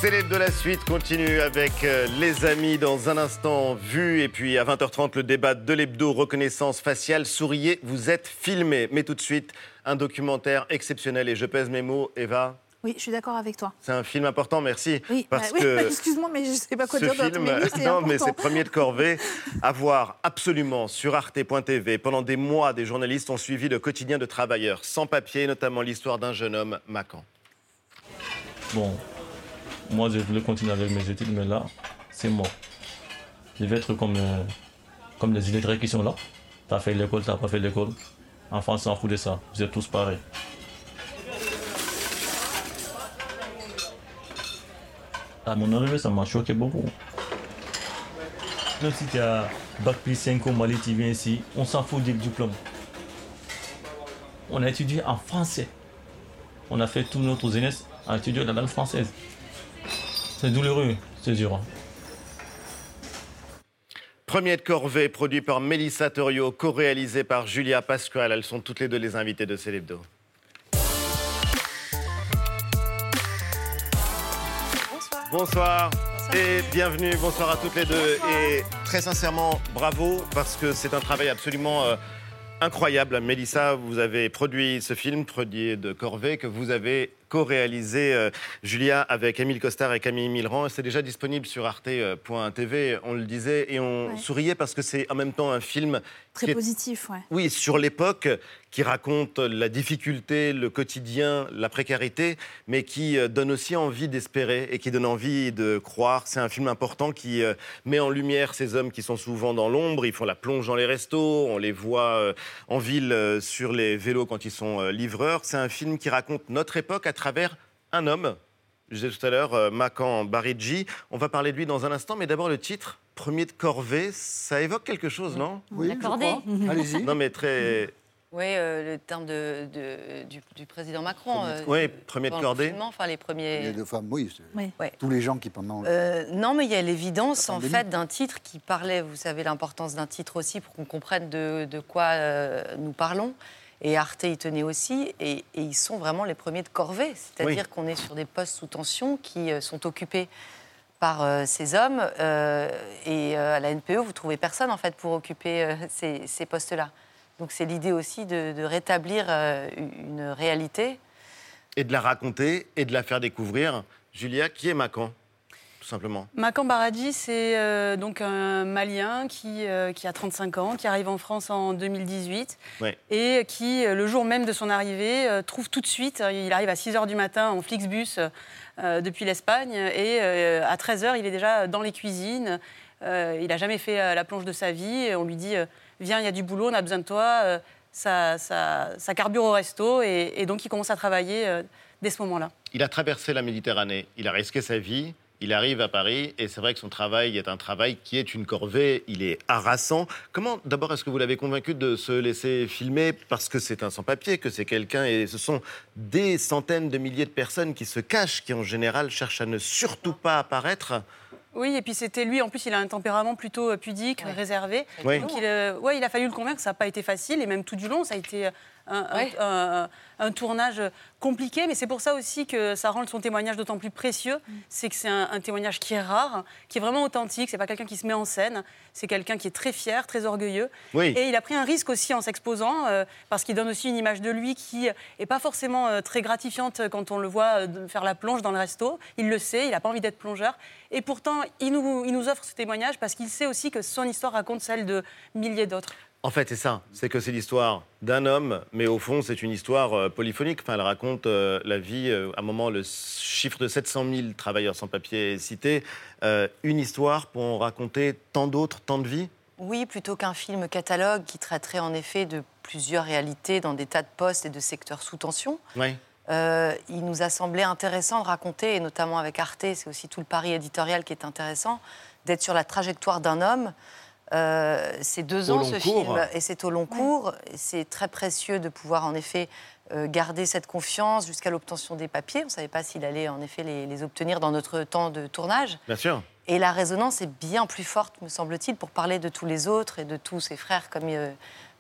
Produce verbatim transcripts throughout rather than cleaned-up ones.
Célèbre de la suite continue avec euh, les amis dans un instant vu. Et puis à vingt heures trente, le débat de l'hebdo reconnaissance faciale. Souriez, vous êtes filmé. Mais tout de suite, un documentaire exceptionnel. Et je pèse mes mots, Eva. Oui, je suis d'accord avec toi. C'est un film important, merci. Oui, parce bah, que oui, excuse-moi, mais je ne sais pas quoi ce dire film, d'autre. Mais oui, c'est non, important. mais c'est premier de corvée. À voir absolument sur arte point t v. Pendant des mois, des journalistes ont suivi le quotidien de travailleurs sans papier, notamment l'histoire d'un jeune homme, Macan. Bon, moi je voulais continuer avec mes études, mais là, c'est mort. Je vais être comme, euh, comme les illettrés qui sont là. T'as fait l'école, t'as pas fait l'école. En France, on s'en fout de ça. Vous êtes tous pareils. À mon arrivée, ça m'a choqué beaucoup. Même si tu as bac plus cinq au Mali, tu viens ici, on s'en fout du diplôme. On a étudié en français. On a fait toute notre jeunesse à étudier la langue française. C'est douloureux, c'est dur. Hein. Premier de corvée, produit par Mélissa Thoriot, co-réalisé par Julia Pasquale. Elles sont toutes les deux les invitées de Célébdo. Bonsoir. Bonsoir et bienvenue, bonsoir à toutes les deux. Bonsoir. Et très sincèrement, bravo, parce que c'est un travail absolument euh, incroyable. Mélissa, vous avez produit ce film, produit de corvée, que vous avez co-réalisé, euh, Julia, avec Émile Costard et Camille Milran. C'est déjà disponible sur arte point t v, on le disait, et on ouais. souriait parce que c'est en même temps un film... Très qui est, positif, ouais. Oui, sur l'époque, qui raconte la difficulté, le quotidien, la précarité, mais qui donne aussi envie d'espérer et qui donne envie de croire. C'est un film important qui met en lumière ces hommes qui sont souvent dans l'ombre. Ils font la plonge dans les restos, on les voit en ville sur les vélos quand ils sont livreurs. C'est un film qui raconte notre époque à travers un homme. Je disais tout à l'heure, Macan Baridji. On va parler de lui dans un instant, mais d'abord le titre, Premier de corvée, ça évoque quelque chose, non? Oui, Accordé. Allez-y. Non, mais très... Oui, euh, le terme de, de, du, du président Macron. Euh, oui, premier de cordée. Enfin, les premiers... Les deux femmes, oui. oui. Ouais. Tous les gens qui pendant... Euh, non, mais il y a l'évidence, en fait, d'un titre qui parlait, vous savez, l'importance d'un titre aussi pour qu'on comprenne de, de quoi euh, nous parlons. Et Arte y tenait aussi, et, et ils sont vraiment les premiers de corvée. C'est-à-dire oui. qu'on est sur des postes sous tension qui euh, sont occupés par euh, ces hommes. Euh, et euh, à la N P E, vous ne trouvez personne, en fait, pour occuper euh, ces, ces postes-là. Donc c'est l'idée aussi de, de rétablir euh, une réalité. Et de la raconter et de la faire découvrir. Julia, qui est Macan, tout simplement? Macan Baridji, c'est euh, donc un Malien qui, euh, qui a trente-cinq ans, qui arrive en France en deux mille dix-huit ouais. et qui, le jour même de son arrivée, euh, trouve tout de suite, il arrive à six heures du matin en Flixbus euh, depuis l'Espagne et euh, à treize heures, il est déjà dans les cuisines. Euh, il n'a jamais fait euh, la plonge de sa vie. Et on lui dit... Euh, viens, il y a du boulot, on a besoin de toi, euh, ça, ça, ça carbure au resto, et, et donc il commence à travailler euh, dès ce moment-là. Il a traversé la Méditerranée, il a risqué sa vie, il arrive à Paris, et c'est vrai que son travail est un travail qui est une corvée, il est harassant. Comment, d'abord, est-ce que vous l'avez convaincu de se laisser filmer? Parce que c'est un sans-papier, que c'est quelqu'un, et ce sont des centaines de milliers de personnes qui se cachent, qui en général cherchent à ne surtout pas apparaître. Oui, et puis c'était lui, en plus, il a un tempérament plutôt pudique, oui. réservé. Oui. Donc il, euh, ouais, il a fallu le convaincre, ça n'a pas été facile, et même tout du long, ça a été un, oui. un, un, un tournage compliqué, mais c'est pour ça aussi que ça rend son témoignage d'autant plus précieux, mm. c'est que c'est un, un témoignage qui est rare, qui est vraiment authentique, c'est pas quelqu'un qui se met en scène, c'est quelqu'un qui est très fier, très orgueilleux, oui. et il a pris un risque aussi en s'exposant, euh, parce qu'il donne aussi une image de lui qui est pas forcément euh, très gratifiante quand on le voit euh, faire la plonge dans le resto, il le sait, il n'a pas envie d'être plongeur, et pourtant il nous, il nous offre ce témoignage parce qu'il sait aussi que son histoire raconte celle de milliers d'autres. En fait, c'est ça. C'est que c'est l'histoire d'un homme, mais au fond, c'est une histoire euh, polyphonique. Enfin, elle raconte euh, la vie. Euh, à un moment, le chiffre de sept cent mille travailleurs sans papier est cité. Euh, une histoire pour en raconter tant d'autres, tant de vies. Oui, plutôt qu'un film catalogue qui traiterait en effet de plusieurs réalités dans des tas de postes et de secteurs sous tension. Oui. Euh, il nous a semblé intéressant de raconter, et notamment avec Arte, c'est aussi tout le pari éditorial qui est intéressant, d'être sur la trajectoire d'un homme. Euh, c'est deux au ans ce cours. film et c'est au long cours. C'est très précieux de pouvoir en effet euh, garder cette confiance jusqu'à l'obtention des papiers. On ne savait pas s'il allait en effet les, les obtenir dans notre temps de tournage. Bien sûr. Et la résonance est bien plus forte, me semble-t-il, pour parler de tous les autres et de tous ses frères, comme, euh,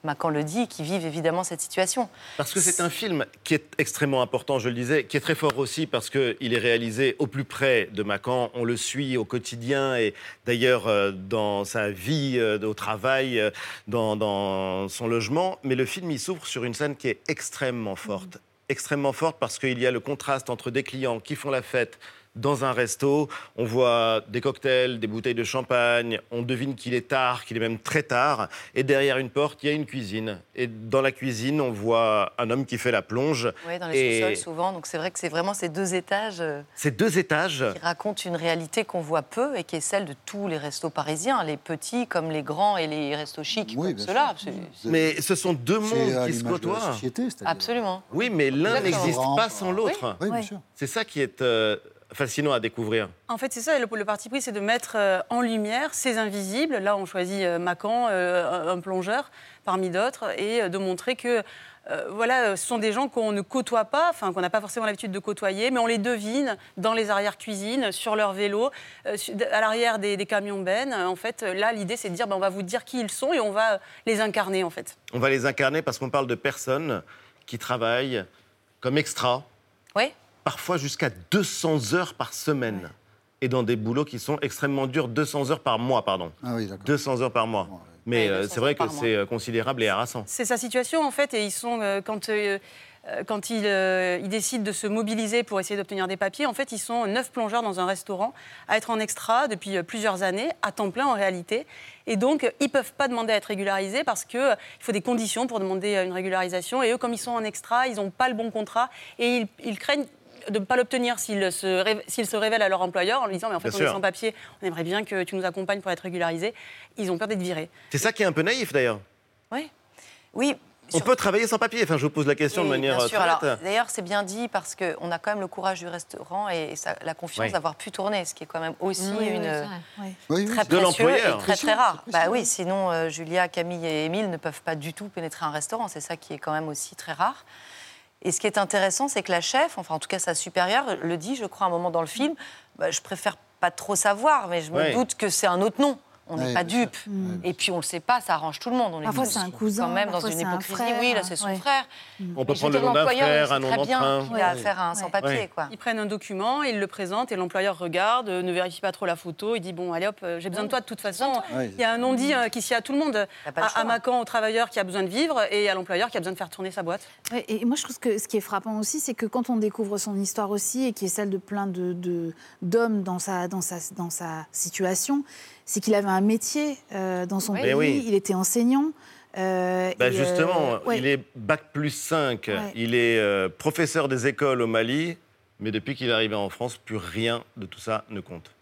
Macan le dit, qui vivent évidemment cette situation. Parce que c'est un film qui est extrêmement important, je le disais, qui est très fort aussi parce qu'il est réalisé au plus près de Macan. On le suit au quotidien et d'ailleurs euh, dans sa vie, euh, au travail, euh, dans, dans son logement. Mais le film, il s'ouvre sur une scène qui est extrêmement forte. Mmh. Extrêmement forte parce qu'il y a le contraste entre des clients qui font la fête dans un resto, on voit des cocktails, des bouteilles de champagne, on devine qu'il est tard, qu'il est même très tard, et derrière une porte, il y a une cuisine. Et dans la cuisine, on voit un homme qui fait la plonge. Oui, dans les et... sous-sols souvent, donc c'est vrai que c'est vraiment ces deux étages... Ces deux étages qui racontent une réalité qu'on voit peu et qui est celle de tous les restos parisiens, les petits comme les grands et les restos chics oui, comme ceux-là. C'est... Mais ce sont deux mondes qui se côtoient. De la société, absolument. Oui, mais l'un n'existe pas sans l'autre. Oui, oui, bien sûr. C'est ça qui est... Euh... fascinant à découvrir. En fait, c'est ça, le, le parti pris, c'est de mettre euh, en lumière ces invisibles. Là, on choisit euh, Macan, euh, un plongeur, parmi d'autres, et euh, de montrer que euh, voilà, ce sont des gens qu'on ne côtoie pas, enfin, qu'on n'a pas forcément l'habitude de côtoyer, mais on les devine dans les arrière-cuisines, sur leur vélo, euh, à l'arrière des, des camions-bennes. En fait, là, l'idée, c'est de dire, ben, on va vous dire qui ils sont et on va les incarner, en fait. On va les incarner parce qu'on parle de personnes qui travaillent comme extras. Oui. Parfois jusqu'à deux cents heures par semaine. Ouais. Et dans des boulots qui sont extrêmement durs, deux cents heures par mois, pardon. Ah oui, d'accord. deux cents heures par mois. Ouais. Mais euh, c'est vrai que c'est euh, considérable et harassant. C'est sa situation, en fait, et ils sont, euh, quand, euh, quand ils, euh, ils décident de se mobiliser pour essayer d'obtenir des papiers, en fait, ils sont neuf plongeurs dans un restaurant à être en extra depuis euh, plusieurs années, à temps plein en réalité. Et donc, ils ne peuvent pas demander à être régularisés parce qu'il euh, faut des conditions pour demander une régularisation. Et eux, comme ils sont en extra, ils n'ont pas le bon contrat et ils, ils craignent de ne pas l'obtenir s'ils se, rév... s'ils se révèlent à leur employeur en lui disant mais en fait bien on sûr. Est sans papier, on aimerait bien que tu nous accompagnes pour être régularisé. Ils ont peur d'être virés. C'est ça qui est un peu naïf d'ailleurs. Oui. Oui. On sur... peut travailler sans papier. Enfin, je vous pose la question oui, de manière bien sûr. très Alors, nette. d'ailleurs, c'est bien dit parce qu'on a quand même le courage du restaurant et ça, la confiance oui. d'avoir pu tourner, ce qui est quand même aussi oui, une oui, oui. très de précieux et très précieux, très rare. Bah oui, sinon euh, Julia, Camille et Émile ne peuvent pas du tout pénétrer un restaurant. C'est ça qui est quand même aussi très rare. Et ce qui est intéressant, c'est que la chef, enfin en tout cas sa supérieure, le dit, je crois, à un moment dans le film, bah, je préfère pas trop savoir, mais je me ouais. doute que c'est un autre nom. On n'est ouais, pas dupes. Mmh. Et puis on le sait pas, ça arrange tout le monde. On parfois est c'est un cousin, quand même dans une hypocrisie. Oui, là c'est son ouais. frère. On peut prendre le nom d'un frère, un nom d'emprunt. Il a affaire à un sans-papier, ouais. quoi. Ils prennent un document, ils le présentent et l'employeur regarde, ne vérifie pas trop la photo. Il dit bon, allez hop, j'ai besoin de toi de toute façon. Il y a un non-dit qui s'y a à tout le monde. À Macan, au travailleur qui a besoin de vivre et à l'employeur qui a besoin de faire tourner sa boîte. Et moi je trouve que ce qui est frappant aussi, c'est que quand on découvre son histoire aussi et qui est celle de plein de, de, d'hommes dans sa, dans, sa, dans sa situation, c'est qu'il avait un métier euh, dans son oui. pays, oui. il était enseignant. Euh, bah justement, euh, ouais. il est bac plus cinq, ouais. il est euh, professeur des écoles au Mali, mais depuis qu'il est arrivé en France, plus rien de tout ça ne compte.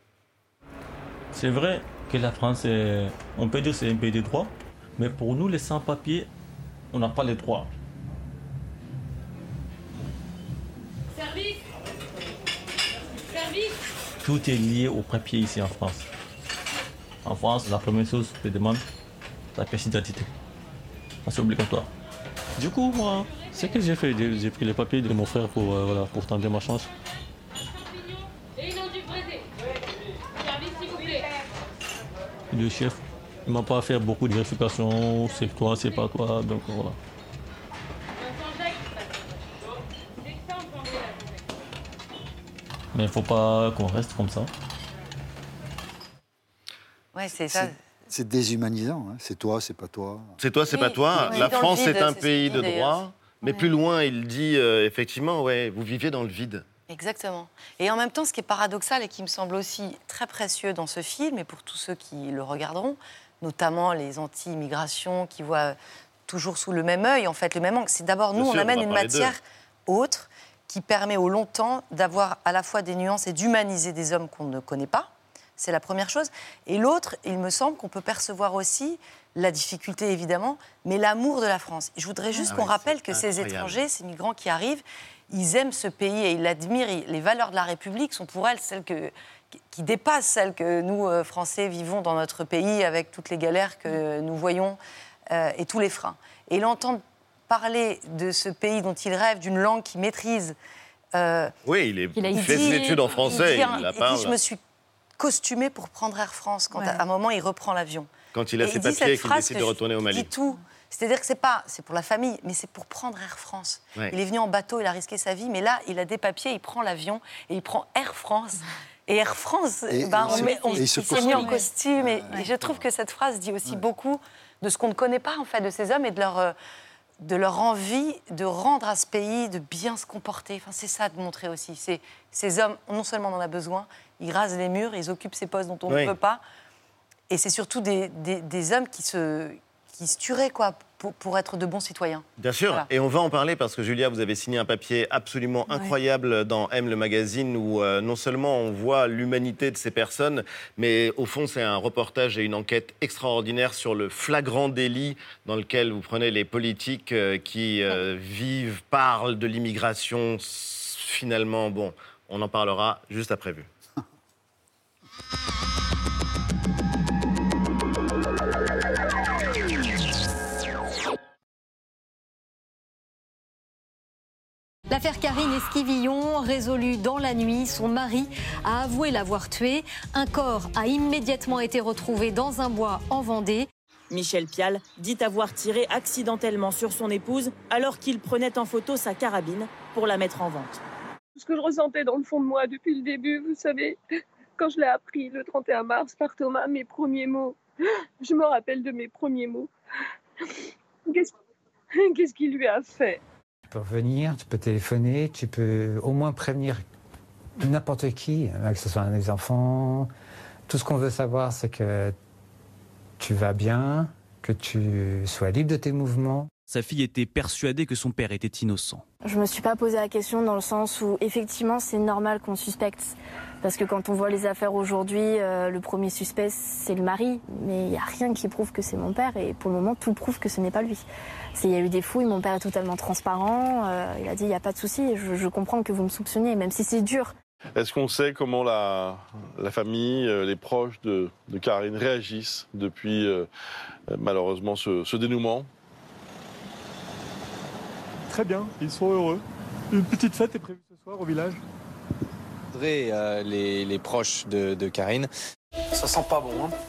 C'est vrai que la France, est, on peut dire que c'est un pays de droit, mais pour nous, les sans-papiers, on n'a pas les droits. Service Service Tout est lié aux papiers ici en France. En France, la première chose que je demande, c'est la pièce d'identité. C'est obligatoire. Du coup, moi, ce que j'ai fait, j'ai pris les papiers de mon frère pour, euh, voilà, pour tenter ma chance. Et une eau du braisé. Service, s'il vous plaît. Le chef, il ne m'a pas fait beaucoup de vérifications, c'est toi, c'est pas toi, donc voilà. Mais il ne faut pas qu'on reste comme ça. Ouais, c'est ça. C'est, c'est déshumanisant. Hein. C'est toi, c'est pas toi. C'est toi, c'est oui, pas toi. oui, la France vide, est un c'est pays de droit. Mais ouais. plus loin, il dit euh, effectivement, ouais, vous vivez dans le vide. Exactement. Et en même temps, ce qui est paradoxal et qui me semble aussi très précieux dans ce film, et pour tous ceux qui le regarderont, notamment les anti-immigrations qui voient toujours sous le même œil, en fait, le même angle, c'est d'abord, nous, Bien on sûr, amène on une matière autre qui permet au long temps d'avoir à la fois des nuances et d'humaniser des hommes qu'on ne connaît pas. C'est la première chose. Et l'autre, il me semble qu'on peut percevoir aussi la difficulté, évidemment, mais l'amour de la France. Je voudrais juste ah qu'on oui, rappelle que incroyable. Ces étrangers, ces migrants qui arrivent, ils aiment ce pays et ils l'admirent. Les valeurs de la République sont pour elles celles que, qui dépassent celles que nous, Français, vivons dans notre pays avec toutes les galères que nous voyons euh, et tous les freins. Et l'entendre parler de ce pays dont ils rêvent, d'une langue qu'ils maîtrisent... Euh, oui, il, est, il, il fait ses études en français, il, il la parle. Il dit, je me suis costumé pour prendre Air France quand ouais. à un moment il reprend l'avion. Quand il a et ses il papiers et qu'il décide de retourner au Mali. Il dit tout C'est-à-dire que c'est pas, c'est pour la famille, mais c'est pour prendre Air France. Ouais. Il est venu en bateau, il a risqué sa vie, mais là, il a des papiers, il prend l'avion et il prend Air France. Et Air France, et, ben, et on met, on, il s'est mis en costume. Et, ouais. et je trouve que cette phrase dit aussi ouais. beaucoup de ce qu'on ne connaît pas, en fait, de ces hommes et de leur... Euh, de leur envie de rendre à ce pays, de bien se comporter. Enfin, c'est ça de montrer aussi. C'est, ces hommes, non seulement on en a besoin, ils rasent les murs, ils occupent ces postes dont on oui. ne veut pas. Et c'est surtout des, des, des hommes qui se, qui se tueraient quoi, pour, pour être de bons citoyens. Bien sûr, voilà. Et on va en parler parce que Julia, vous avez signé un papier absolument incroyable ouais. dans M, le magazine, où euh, non seulement on voit l'humanité de ces personnes, mais au fond c'est un reportage et une enquête extraordinaire sur le flagrant délit dans lequel vous prenez les politiques euh, qui euh, vivent, parlent de l'immigration. Finalement, bon, on en parlera juste après vue. L'affaire Karine Esquivillon, résolue dans la nuit, son mari a avoué l'avoir tuée. Un corps a immédiatement été retrouvé dans un bois en Vendée. Michel Pial dit avoir tiré accidentellement sur son épouse alors qu'il prenait en photo sa carabine pour la mettre en vente. Ce que je ressentais dans le fond de moi depuis le début, vous savez, quand je l'ai appris le trente et un mars par Thomas, mes premiers mots, je me rappelle de mes premiers mots. Qu'est-ce, qu'est-ce qu'il lui a fait ? Tu peux revenir, tu peux téléphoner, tu peux au moins prévenir n'importe qui, que ce soit des enfants. Tout ce qu'on veut savoir, c'est que tu vas bien, que tu sois libre de tes mouvements. Sa fille était persuadée que son père était innocent. Je me suis pas posé la question dans le sens où, effectivement, c'est normal qu'on suspecte. Parce que quand on voit les affaires aujourd'hui, euh, le premier suspect, c'est le mari. Mais il n'y a rien qui prouve que c'est mon père. Et pour le moment, tout prouve que ce n'est pas lui. Il y a eu des fouilles, mon père est totalement transparent. Euh, il a dit, il n'y a pas de souci, je, je comprends que vous me soupçonnez, même si c'est dur. Est-ce qu'on sait comment la, la famille, les proches de, de Karine réagissent depuis, euh, malheureusement, ce, ce dénouement ? Très bien, ils sont heureux. Une petite fête est prévue ce soir au village. Euh, les, les proches de, de Karine. Ça sent pas bon, hein.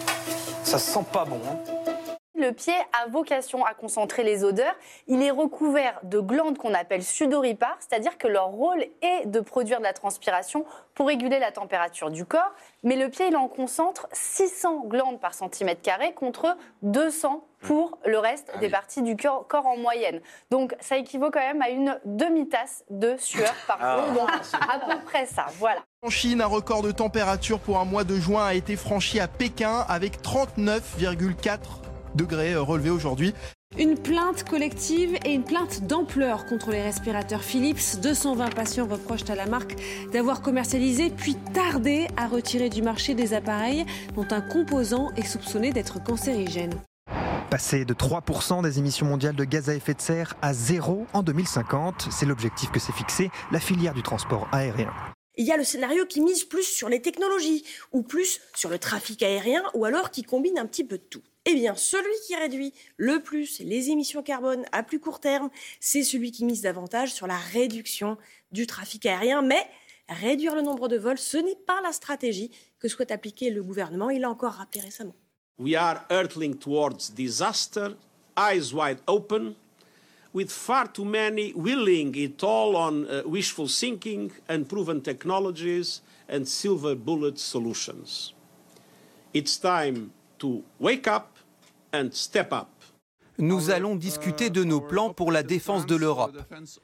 Ça sent pas bon, hein. Le pied a vocation à concentrer les odeurs. Il est recouvert de glandes qu'on appelle sudoripares, c'est-à-dire que leur rôle est de produire de la transpiration pour réguler la température du corps. Mais le pied, il en concentre six cents glandes par centimètre carré contre deux cents pour le reste ah des oui. parties du corps, corps en moyenne. Donc ça équivaut quand même à une demi-tasse de sueur par jour. Ah. Donc à peu près ça, voilà. En Chine, un record de température pour un mois de juin a été franchi à Pékin avec trente-neuf virgule quatre degrés relevés aujourd'hui. Une plainte collective et une plainte d'ampleur contre les respirateurs Philips. deux cent vingt patients reprochent à la marque d'avoir commercialisé puis tardé à retirer du marché des appareils dont un composant est soupçonné d'être cancérigène. Passer de trois pour cent des émissions mondiales de gaz à effet de serre à zéro en deux mille cinquante, c'est l'objectif que s'est fixé la filière du transport aérien. Il y a le scénario qui mise plus sur les technologies, ou plus sur le trafic aérien, ou alors qui combine un petit peu de tout. Eh bien, celui qui réduit le plus les émissions carbone à plus court terme, c'est celui qui mise davantage sur la réduction du trafic aérien. Mais réduire le nombre de vols, ce n'est pas la stratégie que souhaite appliquer le gouvernement. Il l'a encore rappelé récemment. We are hurtling towards disaster, eyes wide open, with far too many willing it all on uh, wishful thinking, unproven technologies and silver bullet solutions. It's time to wake up and step up. Nous allons discuter de nos plans pour la défense de l'Europe.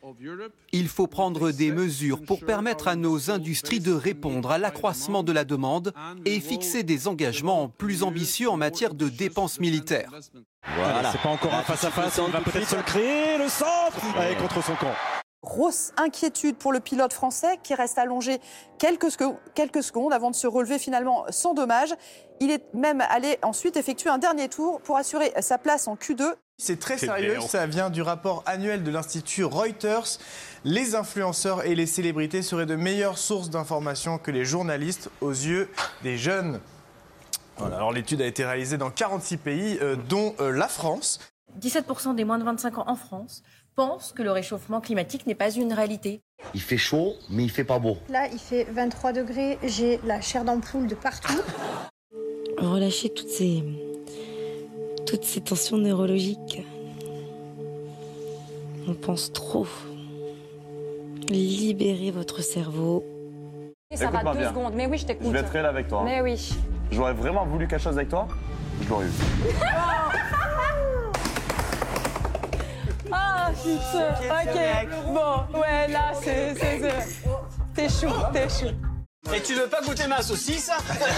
Il faut prendre des mesures pour permettre à nos industries de répondre à l'accroissement de la demande et fixer des engagements plus ambitieux en matière de dépenses militaires. Voilà. C'est pas encore un face-à-face, il va peut-être se le créer, le centre ouais. contre son camp. Grosse inquiétude pour le pilote français qui reste allongé quelques, quelques secondes avant de se relever finalement sans dommage. Il est même allé ensuite effectuer un dernier tour pour assurer sa place en Q deux. C'est très sérieux, ça vient du rapport annuel de l'Institut Reuters. Les influenceurs et les célébrités seraient de meilleures sources d'informations que les journalistes aux yeux des jeunes. Voilà, alors l'étude a été réalisée dans quarante-six pays, euh, dont euh, la France. dix-sept pour cent des moins de vingt-cinq ans en France pensent que le réchauffement climatique n'est pas une réalité. Il fait chaud, mais il fait pas beau. Là, il fait vingt-trois degrés, j'ai la chair d'ampoule de partout. Relâchez toutes ces, toutes ces tensions neurologiques. On pense trop. Libérez votre cerveau. Ça va deux bien. secondes, mais oui, je t'écoute. Je vais être réel avec toi. Mais oui. J'aurais vraiment voulu quelque chose avec toi, je l'aurais eu. Ah, putain. Ok. Bon, ouais, là, c'est. c'est, c'est... T'es chou, t'es chou. Et tu veux pas goûter ma saucisse?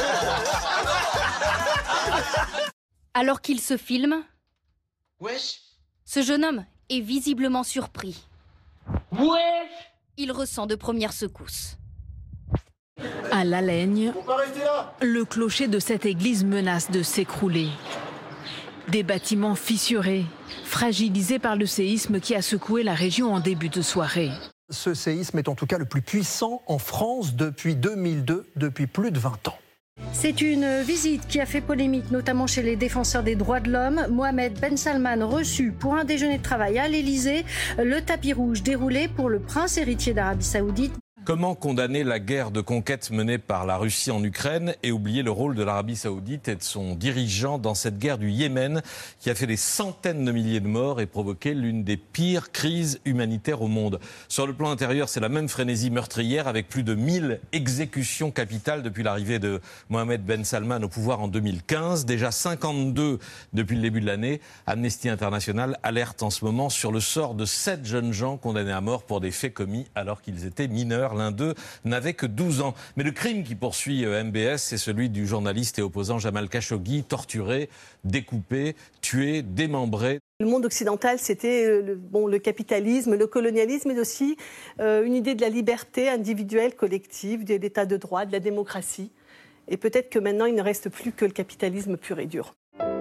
Alors qu'il se filme, Wesh. ce jeune homme est visiblement surpris. Wesh. Il ressent de premières secousses. À Lallaigne, le clocher de cette église menace de s'écrouler. Des bâtiments fissurés, fragilisés par le séisme qui a secoué la région en début de soirée. Ce séisme est en tout cas le plus puissant en France depuis deux mille deux, depuis plus de vingt ans. C'est une visite qui a fait polémique, notamment chez les défenseurs des droits de l'homme. Mohamed Ben Salman reçu pour un déjeuner de travail à l'Élysée. Le tapis rouge déroulé pour le prince héritier d'Arabie Saoudite. Comment condamner la guerre de conquête menée par la Russie en Ukraine et oublier le rôle de l'Arabie Saoudite et de son dirigeant dans cette guerre du Yémen qui a fait des centaines de milliers de morts et provoqué l'une des pires crises humanitaires au monde. Sur le plan intérieur, c'est la même frénésie meurtrière avec plus de mille exécutions capitales depuis l'arrivée de Mohamed Ben Salman au pouvoir en deux mille quinze. Déjà cinquante-deux depuis le début de l'année. Amnesty International alerte en ce moment sur le sort de sept jeunes gens condamnés à mort pour des faits commis alors qu'ils étaient mineurs. L'un d'eux n'avait que douze ans. Mais le crime qui poursuit M B S, c'est celui du journaliste et opposant Jamal Khashoggi, torturé, découpé, tué, démembré. Le monde occidental, c'était le, bon, le capitalisme, le colonialisme, mais aussi euh, une idée de la liberté individuelle, collective, de l'état de droit, de la démocratie. Et peut-être que maintenant, il ne reste plus que le capitalisme pur et dur.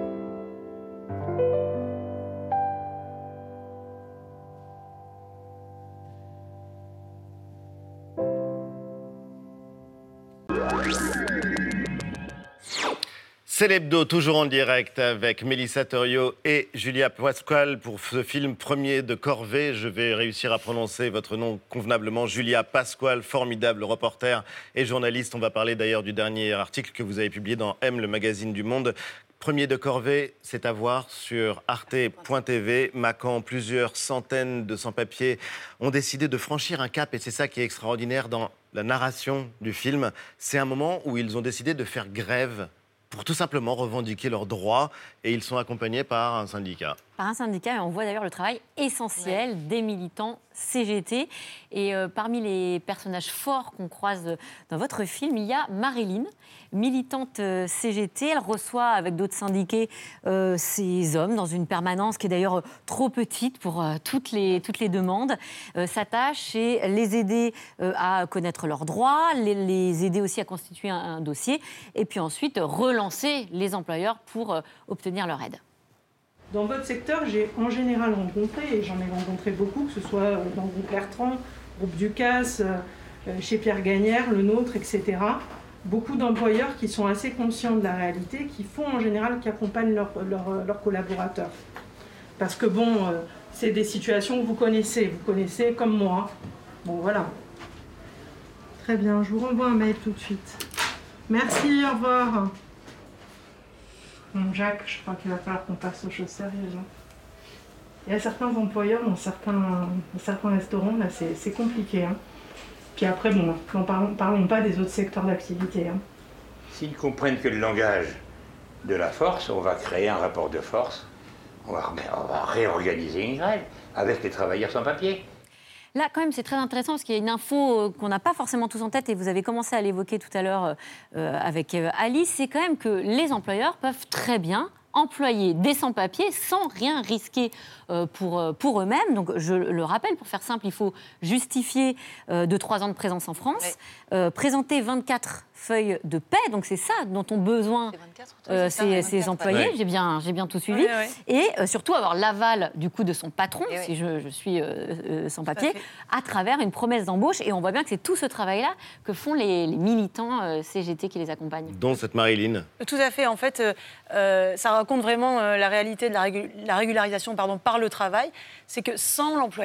C'est l'hebdo, toujours en direct avec Mélissa Thoriot et Julia Pasquale pour ce film premier de corvée. Je vais réussir à prononcer votre nom convenablement. Julia Pasquale, formidable reporter et journaliste. On va parler d'ailleurs du dernier article que vous avez publié dans M, le magazine du Monde. Premier de corvée, c'est à voir sur arte point t v. Macan, plusieurs centaines de sans-papiers ont décidé de franchir un cap et c'est ça qui est extraordinaire dans la narration du film. C'est un moment où ils ont décidé de faire grève pour tout simplement revendiquer leurs droits et ils sont accompagnés par un syndicat. Par un syndicat, et on voit d'ailleurs le travail essentiel ouais. des militants C G T. Et euh, parmi les personnages forts qu'on croise dans votre film, il y a Marilyn, militante euh, C G T. Elle reçoit avec d'autres syndiqués euh, ces hommes dans une permanence qui est d'ailleurs euh, trop petite pour euh, toutes, les, toutes les demandes. Euh, sa tâche, c'est les aider euh, à connaître leurs droits, les, les aider aussi à constituer un, un dossier et puis ensuite relancer les employeurs pour euh, obtenir leur aide. Dans votre secteur, j'ai en général rencontré, et j'en ai rencontré beaucoup, que ce soit dans le groupe Bertrand, groupe Ducasse, chez Pierre Gagnère, le nôtre, et cetera, beaucoup d'employeurs qui sont assez conscients de la réalité, qui font en général, qui accompagnent leurs leur, leur collaborateurs. Parce que bon, c'est des situations que vous connaissez, vous connaissez comme moi. Bon, voilà. Très bien, je vous renvoie un mail tout de suite. Merci, au revoir. Bon, Jacques, je crois qu'il va falloir qu'on passe aux choses sérieuses. Hein. Il y a certains employeurs dans certains, dans certains restaurants, là, c'est compliqué. Hein. Puis après, bon, ne parlons, parlons pas des autres secteurs d'activité. Hein. S'ils comprennent que le langage de la force, on va créer un rapport de force, on va, on va réorganiser une grève avec les travailleurs sans papier. Là, quand même, c'est très intéressant parce qu'il y a une info qu'on n'a pas forcément tous en tête et vous avez commencé à l'évoquer tout à l'heure euh, avec euh, Alice, c'est quand même que les employeurs peuvent très bien employer des sans-papiers sans rien risquer euh, pour, pour eux-mêmes. Donc, je le rappelle, pour faire simple, il faut justifier euh, de trois ans de présence en France, oui. euh, présenter vingt-quatre feuilles de paie, donc c'est ça dont ont besoin euh, ces, ces employés, oui. j'ai bien, j'ai bien tout suivi, oui, oui. et euh, surtout avoir l'aval du coup de son patron, et si oui. je, je suis euh, euh, sans papier, à travers une promesse d'embauche, et on voit bien que c'est tout ce travail-là que font les, les militants euh, C G T qui les accompagnent. Dont cette Marilyn. Tout à fait, en fait, euh, ça raconte vraiment euh, la réalité de la, régu la régularisation pardon, par le travail, c'est que sans l'employeur,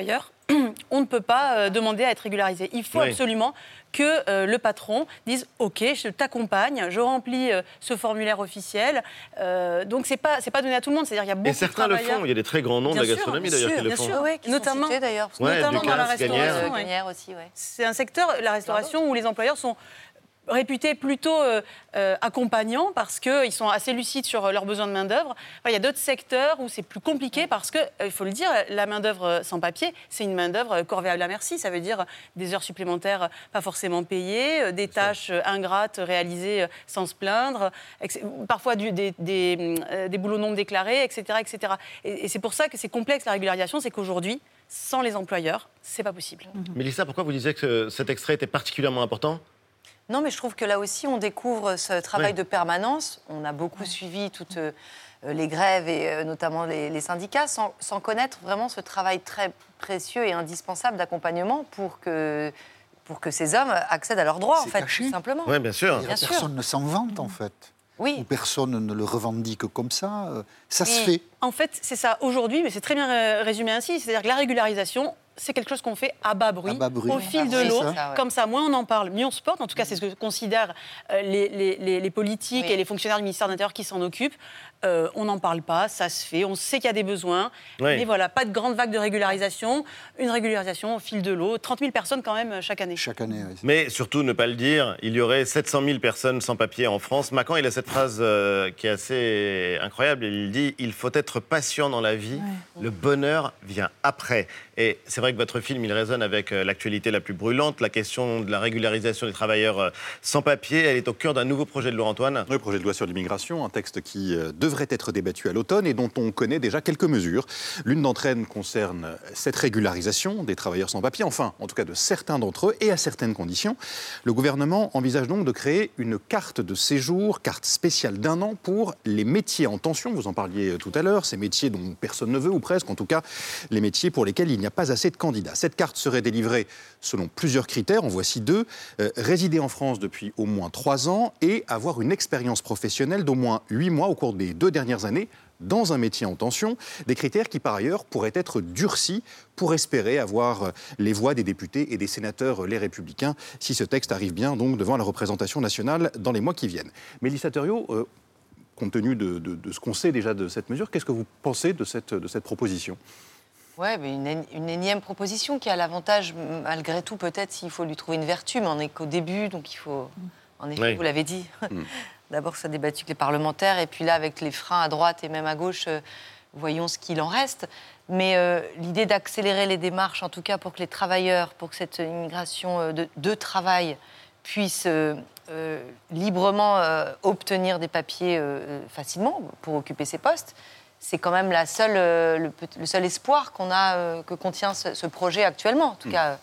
on ne peut pas euh, demander à être régularisé. Il faut Oui. absolument que euh, le patron dise « Ok, je t'accompagne, je remplis euh, ce formulaire officiel euh, ». Donc, ce n'est pas, c'est pas donné à tout le monde. C'est-à-dire qu'il y a beaucoup Et certains de le travailleurs... font. Il y a des très grands noms Bien de la sûr, gastronomie bien d'ailleurs sûr, qui le bien font. sûr, oui, qui notamment, cités, d'ailleurs. Ouais, notamment dans la Ducasse, Gagnère. restauration. ouais. Gagnère aussi, ouais. C'est un secteur, la restauration, où les employeurs sont réputés plutôt euh, euh, accompagnants parce qu'ils sont assez lucides sur leurs besoins de main-d'œuvre. Enfin, il y a d'autres secteurs où c'est plus compliqué parce qu'il euh, faut le dire, la main-d'œuvre sans papier, c'est une main-d'œuvre corvéable à merci. Ça veut dire des heures supplémentaires pas forcément payées, euh, des tâches euh, ingrates réalisées euh, sans se plaindre, et cetera, parfois du, des, des, euh, des boulots non déclarés, et cetera. et cetera. Et, et c'est pour ça que c'est complexe la régularisation, c'est qu'aujourd'hui, sans les employeurs, c'est pas possible. Mélissa, pourquoi vous disiez que cet extrait était particulièrement important ? Non, mais je trouve que là aussi, on découvre ce travail Ouais. de permanence. On a beaucoup suivi toutes euh, les grèves et euh, notamment les, les syndicats sans, sans connaître vraiment ce travail très précieux et indispensable d'accompagnement pour que, pour que ces hommes accèdent à leurs droits, en C'est fait, caché. tout simplement. Oui, bien sûr. Bien sûr. Personne ne s'en vante, en fait. Oui. Ou personne ne le revendique comme ça. euh, Ça se Et fait. En fait, c'est ça aujourd'hui, mais c'est très bien euh, résumé ainsi. C'est-à-dire que la régularisation, c'est quelque chose qu'on fait à bas bruit, À bas bruit. au fil de C'est l'eau. ça. Ça, ouais. Comme ça, moins on en parle, mieux on se porte. En tout cas, c'est ce que considèrent euh, les, les- les- les politiques Oui. et les fonctionnaires du ministère de l'Intérieur qui s'en occupent. Euh, on n'en parle pas, ça se fait, on sait qu'il y a des besoins. Oui. Mais voilà, pas de grande vague de régularisation. Une régularisation au fil de l'eau. trente mille personnes quand même chaque année. Chaque année, oui. Mais surtout, ne pas le dire, il y aurait sept cent mille personnes sans papier en France. Macron, il a cette phrase euh, qui est assez incroyable. Il dit « Il faut être patient dans la vie, le bonheur vient après ». Et c'est vrai que votre film, il résonne avec euh, l'actualité la plus brûlante. La question de la régularisation des travailleurs euh, sans papier, elle est au cœur d'un nouveau projet de loi, Antoine. Oui, projet de loi sur l'immigration, un texte qui euh, devrait être débattu à l'automne et dont on connaît déjà quelques mesures. L'une d'entre elles concerne cette régularisation des travailleurs sans papier, enfin, en tout cas de certains d'entre eux et à certaines conditions. Le gouvernement envisage donc de créer une carte de séjour, carte spéciale d'un an pour les métiers en tension. Vous en parliez tout à l'heure, ces métiers dont personne ne veut ou presque, en tout cas les métiers pour lesquels il n'y a pas assez de candidats. Cette carte serait délivrée selon plusieurs critères, en voici deux. Euh, résider en France depuis au moins trois ans et avoir une expérience professionnelle d'au moins huit mois au cours des deux dernières années dans un métier en tension, des critères qui par ailleurs pourraient être durcis pour espérer avoir les voix des députés et des sénateurs Les Républicains si ce texte arrive bien donc devant la représentation nationale dans les mois qui viennent. Mélissa Thériault, euh, compte tenu de, de, de ce qu'on sait déjà de cette mesure, qu'est-ce que vous pensez de cette, de cette proposition ? Ouais, mais une, une énième proposition qui a l'avantage, malgré tout, peut-être, s'il faut lui trouver une vertu, mais on n'est qu'au début, donc il faut, en effet, Oui. vous l'avez dit, Mm. d'abord ça a débattu avec les parlementaires, et puis là, avec les freins à droite et même à gauche, euh, voyons ce qu'il en reste. Mais euh, l'idée d'accélérer les démarches, en tout cas pour que les travailleurs, pour que cette immigration euh, de, de travail puisse euh, euh, librement euh, obtenir des papiers euh, facilement pour occuper ces postes, c'est quand même la seule, euh, le, le seul espoir qu'on a, euh, que contient ce, ce projet actuellement. En tout Mmh. cas,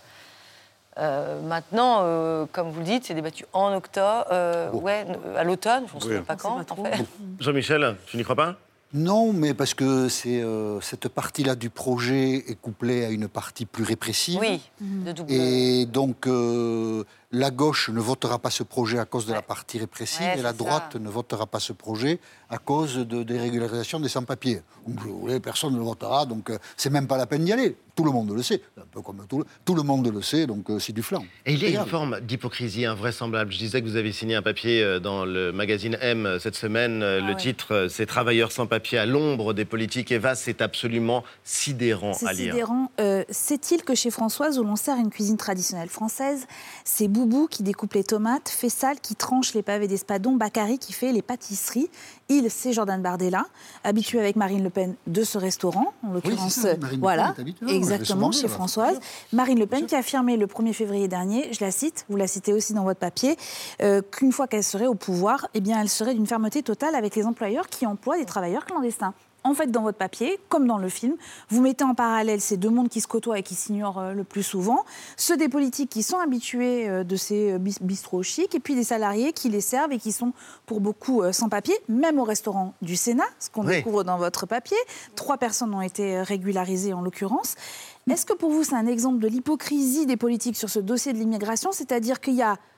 euh, maintenant, euh, comme vous le dites, c'est débattu en octobre, euh, ouais, à l'automne, je ne sais Oui. même pas quand. En fait. Jean-Michel, tu n'y crois pas ? Non, mais parce que c'est euh, cette partie-là du projet est couplée à une partie plus répressive. Oui, de double. Et donc, euh, la gauche ne votera pas ce projet à cause de la partie répressive Ouais, et la c'est droite ça. ne votera pas ce projet à cause de dérégularisation des sans-papiers. Donc, si vous voulez, personne ne le votera, donc euh, c'est même pas la peine d'y aller. Tout le monde le sait, un peu comme tout le, tout le monde le sait, donc euh, c'est du flanc. Et il y a Égal. une forme d'hypocrisie invraisemblable. Je disais que vous avez signé un papier euh, dans le magazine M euh, cette semaine. Euh, Ah le ouais. titre, euh, c'est « Travailleurs sans papier à l'ombre des politiques ». Eva, c'est absolument sidérant C'est à lire. sidérant. Euh, Sait-il que chez Françoise, où l'on sert une cuisine traditionnelle française, c'est Boubou qui découpe les tomates, Fessal qui tranche les pavés d'espadon, Bacary qui fait les pâtisseries. Il, c'est Jordan Bardella, habitué avec Marine Le Pen de ce restaurant, en l'occurrence. c'est ça, Marine Le Pen voilà, est habituée, ouais, je vais exactement, souvent chez dire, là. Françoise. Marine Le Pen qui a affirmé le premier février dernier, je la cite, vous la citez aussi dans votre papier, euh, qu'une fois qu'elle serait au pouvoir, eh bien, elle serait d'une fermeté totale avec les employeurs qui emploient des travailleurs clandestins. En fait, dans votre papier, comme dans le film, vous mettez en parallèle ces deux mondes qui se côtoient et qui s'ignorent euh, le plus souvent, ceux des politiques qui sont habitués euh, de ces euh, bis- bistrots chics, et puis des salariés qui les servent et qui sont pour beaucoup euh, sans papier, même au restaurant du Sénat, ce qu'on Oui. découvre dans votre papier. Trois personnes ont été euh, régularisées en l'occurrence. Est-ce que pour vous, c'est un exemple de l'hypocrisie des politiques sur ce dossier de l'immigration, c'est-à-dire qu'il y a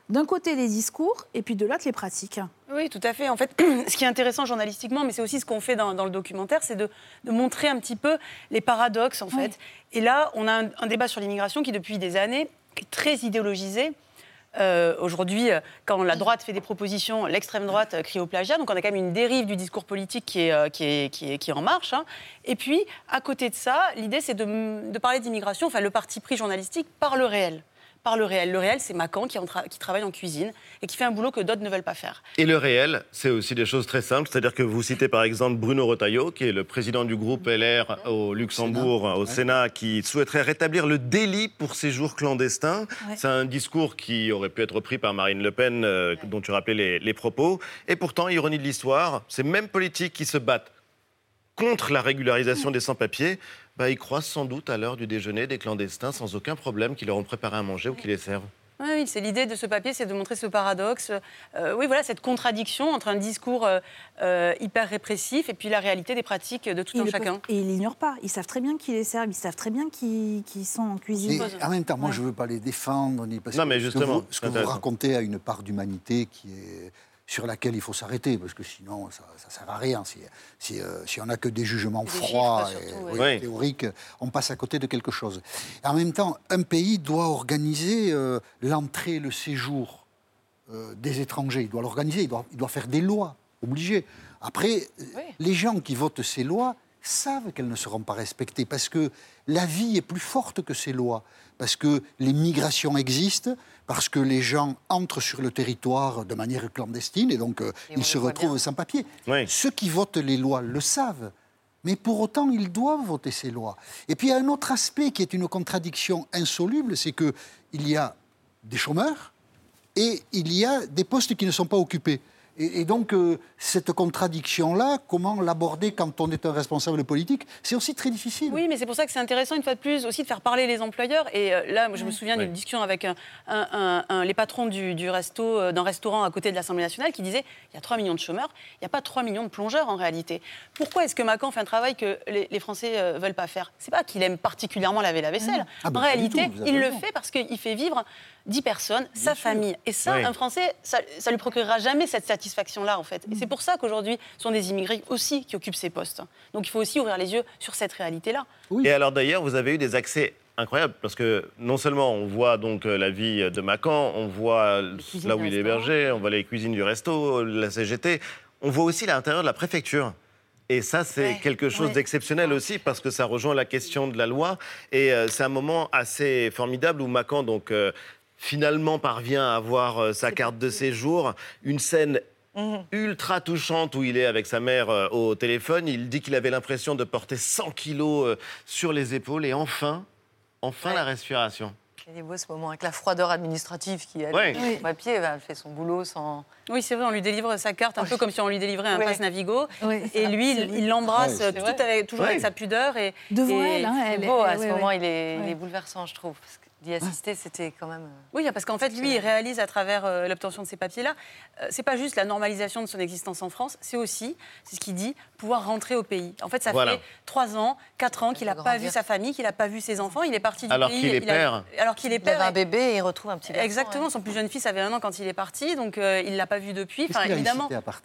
D'un côté, les discours, et puis de l'autre, les pratiques. Oui, tout à fait. En fait, ce qui est intéressant journalistiquement, mais c'est aussi ce qu'on fait dans, dans le documentaire, c'est de, de montrer un petit peu les paradoxes, en fait. Et là, on a un, un débat sur l'immigration qui, depuis des années, est très idéologisé. Euh, aujourd'hui, quand la droite fait des propositions, l'extrême droite euh, crie au plagiat. Donc on a quand même une dérive du discours politique qui est, euh, qui est, qui est, qui est en marche. Hein. Et puis, à côté de ça, l'idée, c'est de, de parler d'immigration, enfin le parti pris journalistique, par le réel. Par le réel. Le réel, c'est Macan qui, tra- qui travaille en cuisine et qui fait un boulot que d'autres ne veulent pas faire. Et le réel, c'est aussi des choses très simples. C'est-à-dire que vous citez par exemple Bruno Retailleau, qui est le président du groupe L R au Luxembourg, Sénat. au ouais. Sénat, qui souhaiterait rétablir le délit pour séjour clandestin. Ouais. C'est un discours qui aurait pu être repris par Marine Le Pen, euh, ouais. dont tu rappelais les, les propos. Et pourtant, ironie de l'histoire, ces mêmes politiques qui se battent contre la régularisation ouais. des sans-papiers, bah, ils croisent sans doute à l'heure du déjeuner des clandestins sans aucun problème qui leur ont préparé à manger ou qui les servent. Oui, oui, c'est l'idée de ce papier, c'est de montrer ce paradoxe, euh, oui, voilà, cette contradiction entre un discours euh, euh, hyper répressif et puis la réalité des pratiques de tout un chacun. Peuvent, et ils l'ignorent pas. Ils savent très bien qui les servent, ils savent très bien qui, qui sont en cuisine. Et en même temps, moi, ouais. je ne veux pas les défendre, ni parce non, que mais justement, ce que vous, ce que vous racontez a une part d'humanité qui est... sur laquelle il faut s'arrêter, parce que sinon, ça ne sert à rien. Si, si, euh, si on n'a que des jugements des froids et surtout, oui. Oui, théoriques, on passe à côté de quelque chose. Et en même temps, un pays doit organiser euh, l'entrée et le séjour euh, des étrangers. Il doit l'organiser, il doit, il doit faire des lois, obligé. Après, oui. les gens qui votent ces lois savent qu'elles ne seront pas respectées, parce que la vie est plus forte que ces lois, parce que les migrations existent, parce que les gens entrent sur le territoire de manière clandestine et donc euh, et ils se retrouvent sans papier. Oui. Ceux qui votent les lois le savent, mais pour autant, ils doivent voter ces lois. Et puis, il y a un autre aspect qui est une contradiction insoluble, c'est qu'il y a des chômeurs et il y a des postes qui ne sont pas occupés. Et, et donc, euh, cette contradiction-là, comment l'aborder quand on est un responsable politique, c'est aussi très difficile. Oui, mais c'est pour ça que c'est intéressant, une fois de plus, aussi de faire parler les employeurs. Et euh, là, je me souviens oui. d'une discussion avec un, un, un, un, les patrons du, du resto, d'un restaurant à côté de l'Assemblée nationale qui disaient il y a trois millions de chômeurs, il n'y a pas trois millions de plongeurs en réalité. Pourquoi est-ce que Macan fait un travail que les, les Français ne euh, veulent pas faire ? C'est pas qu'il aime particulièrement laver la vaisselle. Ah, bah, en réalité, il le fait parce qu'il fait vivre dix personnes, Bien sa sûr. famille. Et ça, oui. un Français, ça ne lui procurera jamais cette satisfaction-là, en fait. Et c'est pour ça qu'aujourd'hui, ce sont des immigrés aussi qui occupent ces postes. Donc il faut aussi ouvrir les yeux sur cette réalité-là. Oui. Et alors d'ailleurs, vous avez eu des accès incroyables, parce que non seulement on voit donc la vie de Macan, on voit là où il est hébergé, on voit les cuisines du resto, la C G T, on voit aussi l'intérieur de la préfecture. Et ça, c'est ouais, quelque chose ouais. d'exceptionnel aussi, parce que ça rejoint la question de la loi. Et euh, c'est un moment assez formidable où Macan, donc... Euh, finalement parvient à avoir euh, sa carte de séjour, une scène mmh. ultra touchante où il est avec sa mère euh, au téléphone, il dit qu'il avait l'impression de porter cent kilos euh, sur les épaules et enfin, enfin ouais. la respiration. Il est beau ce moment avec la froideur administrative qui a ouais. le papier, elle fait son boulot sans... Oui, c'est vrai, on lui délivre sa carte un oh. peu comme si on lui délivrait un ouais. passe Navigo. Ouais, et lui, il, il l'embrasse ouais, tout avec, toujours ouais. avec sa pudeur. Et, Devant et elle, hein, c'est elle beau, est, à ce ouais, moment, ouais. il est, ouais. il est bouleversant, je trouve. Parce que d'y assister, c'était quand même... Oui, parce qu'en fait, lui, il réalise à travers euh, l'obtention de ces papiers-là, euh, c'est pas juste la normalisation de son existence en France, c'est aussi, c'est ce qu'il dit, pouvoir rentrer au pays. En fait, ça voilà. fait trois ans, quatre ans qu'il n'a pas vu sa famille, qu'il n'a pas vu ses enfants, il est parti du alors pays... Qu'il est il père. A, alors qu'il est père. Il avait un bébé et il retrouve un petit garçon. Exactement, ouais. son plus jeune fils avait un an quand il est parti, donc euh, il ne l'a pas vu depuis. Qu'est-ce qu'il a évidemment... incité à partir ?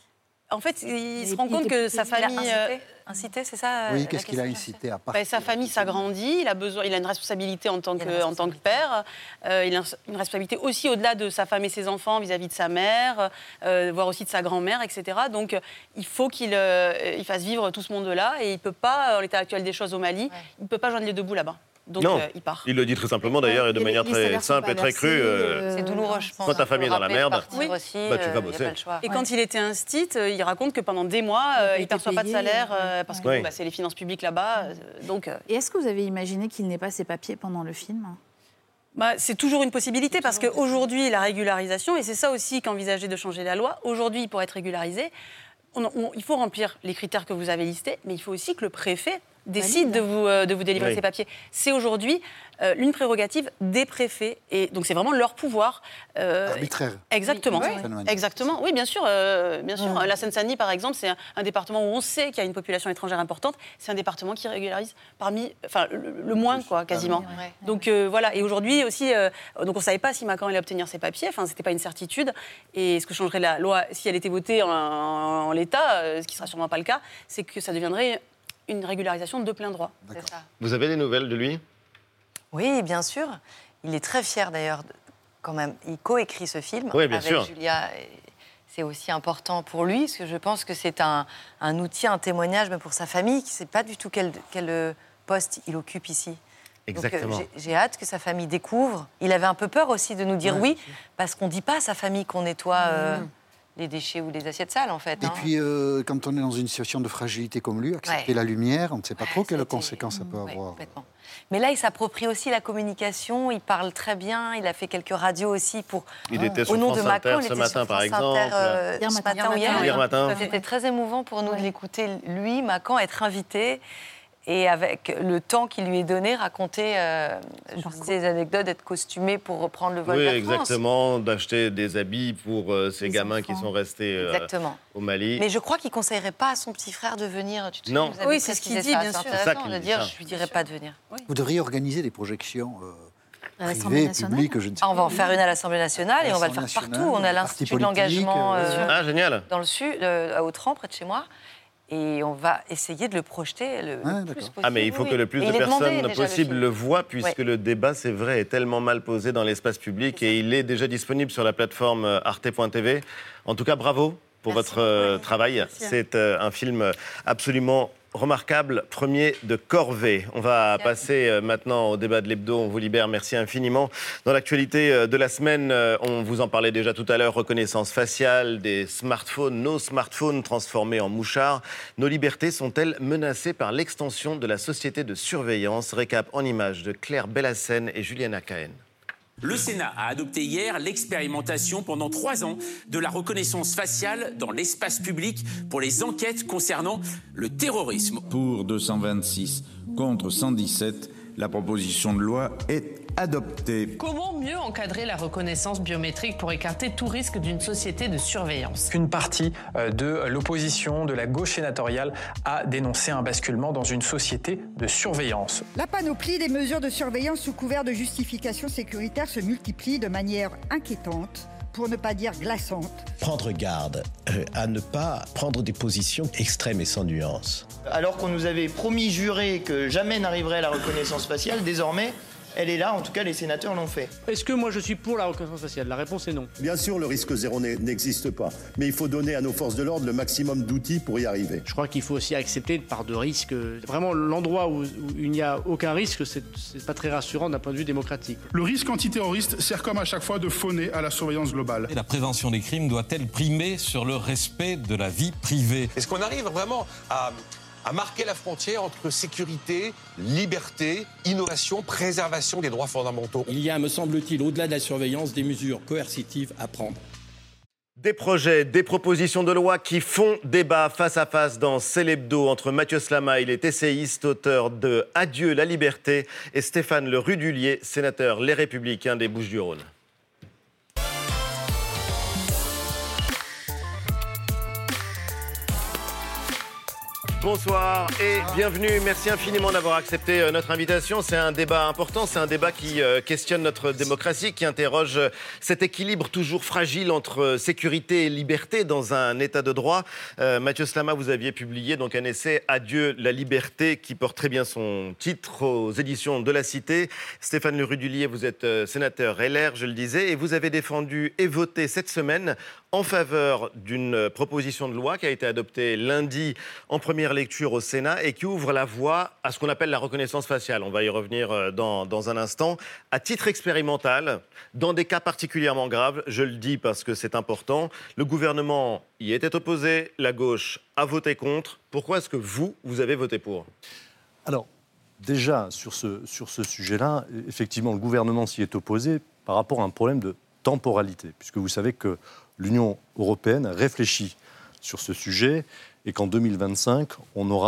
En fait, il, il se rend compte que sa famille... Incité, incité, c'est ça Oui, qu'est-ce qu'il a incité à partir ? Ben, sa famille s'agrandit, il a, besoin, il a une responsabilité en tant, que, en tant que père, euh, il a une responsabilité aussi au-delà de sa femme et ses enfants vis-à-vis de sa mère, euh, voire aussi de sa grand-mère, et cetera. Donc, il faut qu'il euh, il fasse vivre tout ce monde-là et il ne peut pas, en l'état actuel des choses au Mali, ouais. il ne peut pas joindre les deux bouts là-bas. Donc, non, euh, il part. Il le dit très simplement d'ailleurs et de et manière les, très les simple et très crue. Euh, c'est douloureux, je pense. Quand ta famille est dans la merde, oui. aussi, bah, tu vas bosser. Et ouais. quand il était instit, il raconte que pendant des mois, euh, il ne perçoit pas de salaire euh, parce que oui. bon, bah, c'est les finances publiques là-bas. Euh, donc, euh... Et est-ce que vous avez imaginé qu'il n'ait pas ses papiers pendant le film ? Bah, c'est toujours une possibilité c'est parce qu'aujourd'hui, la régularisation, et c'est ça aussi qu'envisageait de changer la loi, aujourd'hui, pour être régularisé, on, on, il faut remplir les critères que vous avez listés, mais il faut aussi que le préfet décide de vous, euh, de vous délivrer Oui. ces papiers. C'est aujourd'hui euh, l'une prérogative des préfets. Et donc, c'est vraiment leur pouvoir. euh, Arbitraire. Exactement. Oui, oui. Exactement. Oui, bien sûr. euh, bien sûr. Mmh. La Seine-Saint-Denis, par exemple, c'est un, un département où on sait qu'il y a une population étrangère importante. C'est un département qui régularise parmi, enfin, le, le moins, quoi, quasiment. Ouais. Donc euh, voilà. Et aujourd'hui aussi, euh, donc on ne savait pas si Macron allait obtenir ses papiers. Enfin, c'était pas une certitude. Et ce que changerait la loi, si elle était votée en, en, en l'état, euh, ce qui sera sûrement pas le cas, c'est que ça deviendrait une régularisation de plein droit. C'est ça. Vous avez des nouvelles de lui? Oui, bien sûr. Il est très fier d'ailleurs, de- quand même. Il coécrit ce film Oui, bien avec sûr. Julia. Et c'est aussi important pour lui, parce que je pense que c'est un, un outil, un témoignage même pour sa famille, qui ne sait pas du tout quel, quel poste il occupe ici. Exactement. Donc, euh, j'ai, j'ai hâte que sa famille découvre. Il avait un peu peur aussi de nous dire Ouais, oui, parce qu'on ne dit pas à sa famille qu'on nettoie euh, les déchets ou les assiettes sales, en fait. Et hein. puis, euh, quand on est dans une situation de fragilité comme lui, accepter Ouais. la lumière, on ne sait pas trop Ouais, quelles ça a été- conséquences ça peut Ouais, avoir. complètement. Mais là, il s'approprie aussi la communication, il parle très bien, il a fait quelques radios aussi pour... Il était sur Au nom France de Macron, Inter il ce était matin, sur par France exemple. Inter, euh, Hier ce matin. matin ou hier. Hier matin. C'était très émouvant pour nous de l'écouter, lui, Macron, être invité et avec le temps qui lui est donné, raconter euh, je vous disais, des anecdotes, d'être costumé pour reprendre le vol Oui, d'Air France. exactement, d'acheter des habits pour euh, ces Les gamins qui enfants. sont restés euh, Exactement. au Mali. Mais je crois qu'il ne conseillerait pas à son petit frère de venir. Tu te Non. souviens, vous avez Oui, c'est ce qu'il précisé dit, ça, bien c'est sûr. C'est ça intéressant qu'il de dit, dire, ça. je lui dirais pas de venir. Vous devriez organiser des projections euh, À l'Assemblée privées, nationale. publiques, je ne sais Ah, on va en faire une à l'Assemblée nationale et on va le faire L'Assemblée partout. On a nationale, l'Institut de partis politiques, l'engagement euh, euh, Ah, génial. dans le sud, euh, à Autran, près de chez moi. Et on va essayer de le projeter le, le Ouais, plus d'accord. possible. Ah, mais il faut oui. que le plus Et de il est demandé, personnes déjà, le possible film. le voient, puisque Ouais. le débat, c'est vrai, est tellement mal posé dans l'espace public et il est déjà disponible sur la plateforme euh, arte point t v. En tout cas, bravo pour Merci. votre euh, travail. C'est euh, un film absolument remarquable, premier de corvée. On va Merci. passer euh, maintenant au débat de l'hebdo. On vous libère. Merci infiniment. Dans l'actualité euh, de la semaine, euh, on vous en parlait déjà tout à l'heure, reconnaissance faciale, des smartphones, nos smartphones transformés en mouchards. Nos libertés sont-elles menacées par l'extension de la société de surveillance? Récap en images de Claire Bellassène et Juliana Cahen. Le Sénat a adopté hier l'expérimentation pendant trois ans de la reconnaissance faciale dans l'espace public pour les enquêtes concernant le terrorisme. Pour deux cent vingt-six contre cent dix-sept, la proposition de loi est adoptée. Comment mieux encadrer la reconnaissance biométrique pour écarter tout risque d'une société de surveillance? Qu'une partie euh, de l'opposition, de la gauche sénatoriale, a dénoncé un basculement dans une société de surveillance. La panoplie des mesures de surveillance sous couvert de justification sécuritaire se multiplie de manière inquiétante, pour ne pas dire glaçante. Prendre garde euh, à ne pas prendre des positions extrêmes et sans nuance. Alors qu'on nous avait promis, juré que jamais n'arriverait la reconnaissance faciale, désormais, elle est là, en tout cas les sénateurs l'ont fait. Est-ce que moi je suis pour la reconnaissance faciale? La réponse est non. Bien sûr, le risque zéro n'existe pas, mais il faut donner à nos forces de l'ordre le maximum d'outils pour y arriver. Je crois qu'il faut aussi accepter une part de risque. Vraiment, l'endroit où, où il n'y a aucun risque, c'est c'est pas très rassurant d'un point de vue démocratique. Le risque antiterroriste sert comme à chaque fois de fauner à la surveillance globale. Et la prévention des crimes doit-elle primer sur le respect de la vie privée? Est-ce qu'on arrive vraiment à, à marquer la frontière entre sécurité, liberté, innovation, préservation des droits fondamentaux? Il y a, me semble-t-il, au-delà de la surveillance, des mesures coercitives à prendre. Des projets, des propositions de loi qui font débat face à face dans C'est l'hebdo entre Mathieu Slama, il est essayiste, auteur de Adieu la liberté, et Stéphane Le Rudulier, sénateur Les Républicains des Bouches-du-Rhône. Bonsoir et bienvenue. Merci infiniment d'avoir accepté euh, notre invitation. C'est un débat important, c'est un débat qui euh, questionne notre démocratie, qui interroge euh, cet équilibre toujours fragile entre euh, sécurité et liberté dans un état de droit. Euh, Mathieu Slama, vous aviez publié donc un essai Adieu la liberté qui porte très bien son titre aux éditions de La Cité. Stéphane Le Rudulier, vous êtes euh, sénateur L R, je le disais, et vous avez défendu et voté cette semaine en faveur d'une proposition de loi qui a été adoptée lundi en première lecture au Sénat et qui ouvre la voie à ce qu'on appelle la reconnaissance faciale. On va y revenir dans, dans un instant. À titre expérimental, dans des cas particulièrement graves, je le dis parce que c'est important, le gouvernement y était opposé, la gauche a voté contre. Pourquoi est-ce que vous, vous avez voté pour ? Alors, déjà, sur ce, sur ce sujet-là, effectivement, le gouvernement s'y est opposé par rapport à un problème de temporalité, puisque vous savez que l'Union européenne réfléchit sur ce sujet et qu'en deux mille vingt-cinq, on aura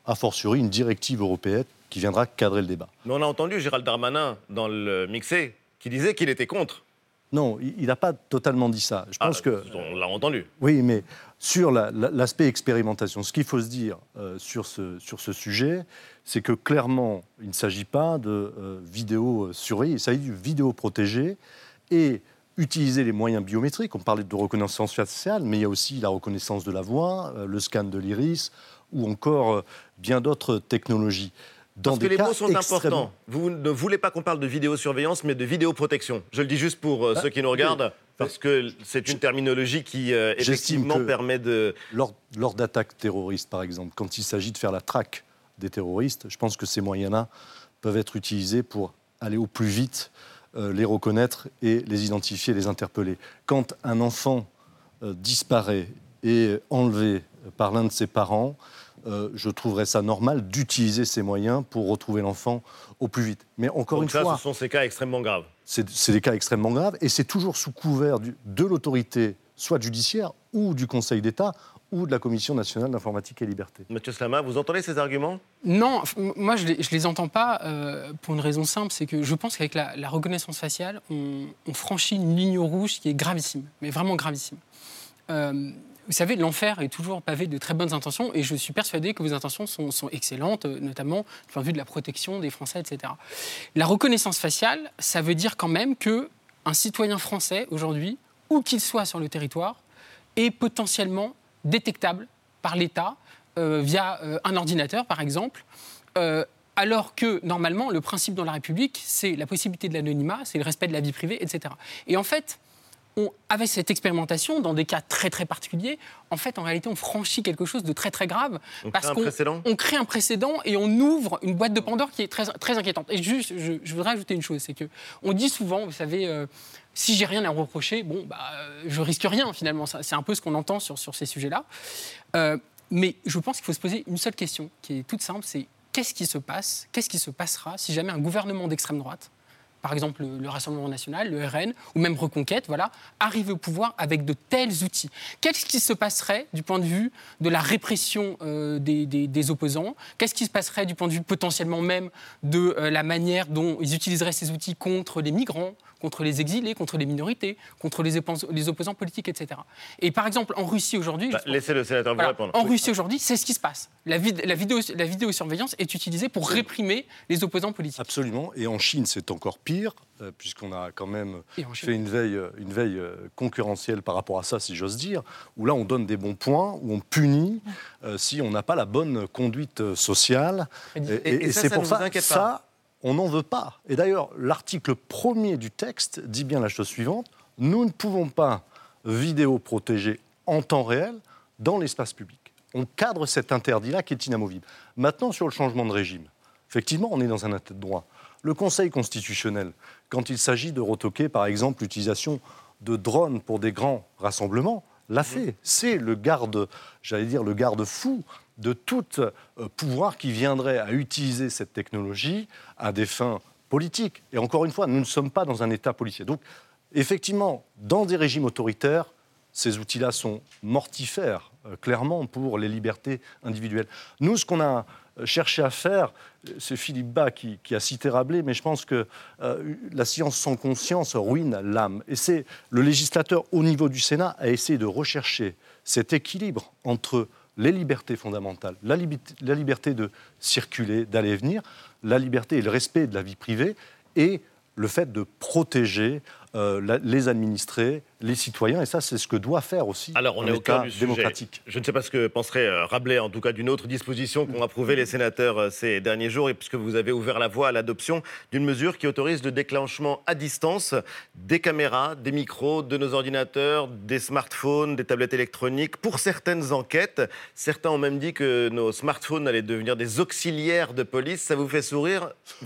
a fortiori une directive européenne qui viendra cadrer le débat. Mais on a entendu Gérald Darmanin dans le mixé qui disait qu'il était contre. Non, il n'a pas totalement dit ça. Je pense ah, que on l'a entendu. Oui, mais sur la, la, l'aspect expérimentation, ce qu'il faut se dire euh, sur, ce, sur ce sujet, c'est que clairement, il ne s'agit pas de euh, vidéo surveillée, il s'agit du vidéo protégé et utiliser les moyens biométriques. On parlait de reconnaissance faciale, mais il y a aussi la reconnaissance de la voix, euh, le scan de l'iris ou encore euh, bien d'autres technologies. Dans Parce que les mots sont extrêmement... importants. Vous ne voulez pas qu'on parle de vidéosurveillance, mais de vidéoprotection. Je le dis juste pour euh, bah, ceux qui nous regardent, oui. parce que c'est une terminologie qui, euh, effectivement, permet de... Lors, lors d'attaques terroristes, par exemple, quand il s'agit de faire la traque des terroristes, je pense que ces moyens-là peuvent être utilisés pour aller au plus vite, euh, les reconnaître et les identifier, les interpeller. Quand un enfant euh, disparaît et est enlevé par l'un de ses parents... Euh, je trouverais ça normal d'utiliser ces moyens pour retrouver l'enfant au plus vite. Mais encore Donc une ça, fois... ce sont ces cas extrêmement graves. C'est, c'est des cas extrêmement graves, et c'est toujours sous couvert du, de l'autorité, soit judiciaire, ou du Conseil d'État, ou de la Commission nationale d'informatique et liberté. Mathieu Slama, vous entendez ces arguments ? Non, moi je ne les, je les entends pas euh, pour une raison simple, c'est que je pense qu'avec la, la reconnaissance faciale, on, on franchit une ligne rouge qui est gravissime, mais vraiment gravissime. Euh, Vous savez, l'enfer est toujours pavé de très bonnes intentions et je suis persuadé que vos intentions sont, sont excellentes, notamment du point de vue de la protection des Français, et cetera. La reconnaissance faciale, ça veut dire quand même qu'un citoyen français, aujourd'hui, où qu'il soit sur le territoire, est potentiellement détectable par l'État euh, via euh, un ordinateur, par exemple, euh, alors que, normalement, le principe dans la République, c'est la possibilité de l'anonymat, c'est le respect de la vie privée, et cetera. Et en fait... On, avec cette expérimentation, dans des cas très très particuliers, en fait, en réalité, on franchit quelque chose de très très grave. On parce crée un qu'on précédent. on crée un précédent et on ouvre une boîte de Pandore qui est très, très inquiétante. Et juste, je, je voudrais ajouter une chose, c'est que on dit souvent, vous savez, euh, si j'ai rien à reprocher, bon, bah, euh, je risque rien finalement. Ça, c'est un peu ce qu'on entend sur, sur ces sujets-là. Euh, mais je pense qu'il faut se poser une seule question, qui est toute simple, c'est qu'est-ce qui se passe, qu'est-ce qui se passera si jamais un gouvernement d'extrême droite, par exemple le, le Rassemblement national, le R N, ou même Reconquête, voilà, arrive au pouvoir avec de tels outils. Qu'est-ce qui se passerait du point de vue de la répression euh, des, des, des opposants ? Qu'est-ce qui se passerait du point de vue potentiellement même de euh, la manière dont ils utiliseraient ces outils contre les migrants, contre les exilés, contre les minorités, contre les, opposants, les opposants politiques, et cetera. Et par exemple, en Russie aujourd'hui... Bah, laissez le sénateur vous voilà, répondre. En Russie aujourd'hui, c'est ce qui se passe. La, vid- la, vidéo, la vidéosurveillance est utilisée pour réprimer les opposants politiques. Absolument. Et en Chine, c'est encore pire, euh, puisqu'on a quand même fait une veille, une veille euh, concurrentielle par rapport à ça, si j'ose dire, où là, on donne des bons points, où on punit euh, si on n'a pas la bonne conduite sociale. Et, et, et, et ça, c'est ça pour ça que ça... On n'en veut pas. Et d'ailleurs, l'article premier du texte dit bien la chose suivante. Nous ne pouvons pas vidéoprotéger en temps réel dans l'espace public. On cadre cet interdit-là qui est inamovible. Maintenant, sur le changement de régime, effectivement, on est dans un état de droit. Le Conseil constitutionnel, quand il s'agit de retoquer, par exemple, l'utilisation de drones pour des grands rassemblements, l'a fait. C'est le garde, j'allais dire, le garde-fou de tout euh, pouvoir qui viendrait à utiliser cette technologie à des fins politiques. Et encore une fois, nous ne sommes pas dans un État policier. Donc, effectivement, dans des régimes autoritaires, ces outils-là sont mortifères, euh, clairement, pour les libertés individuelles. Nous, ce qu'on a cherché à faire, c'est Philippe Bas qui, qui a cité Rabelais, mais je pense que euh, la science sans conscience ruine l'âme. Et c'est le législateur, au niveau du Sénat, a essayé de rechercher cet équilibre entre les libertés fondamentales, la, li- la liberté de circuler, d'aller et venir, la liberté et le respect de la vie privée, et le fait de protéger euh, la, les administrés, les citoyens, et ça, c'est ce que doit faire aussi Alors, on un est au État cœur du sujet. démocratique. Je ne sais pas ce que penserait euh, Rabelais, en tout cas d'une autre disposition qu'ont approuvée les sénateurs euh, ces derniers jours, et puisque vous avez ouvert la voie à l'adoption d'une mesure qui autorise le déclenchement à distance des caméras, des micros, de nos ordinateurs, des smartphones, des tablettes électroniques. Pour certaines enquêtes, certains ont même dit que nos smartphones allaient devenir des auxiliaires de police. Ça vous fait sourire, vous pas ?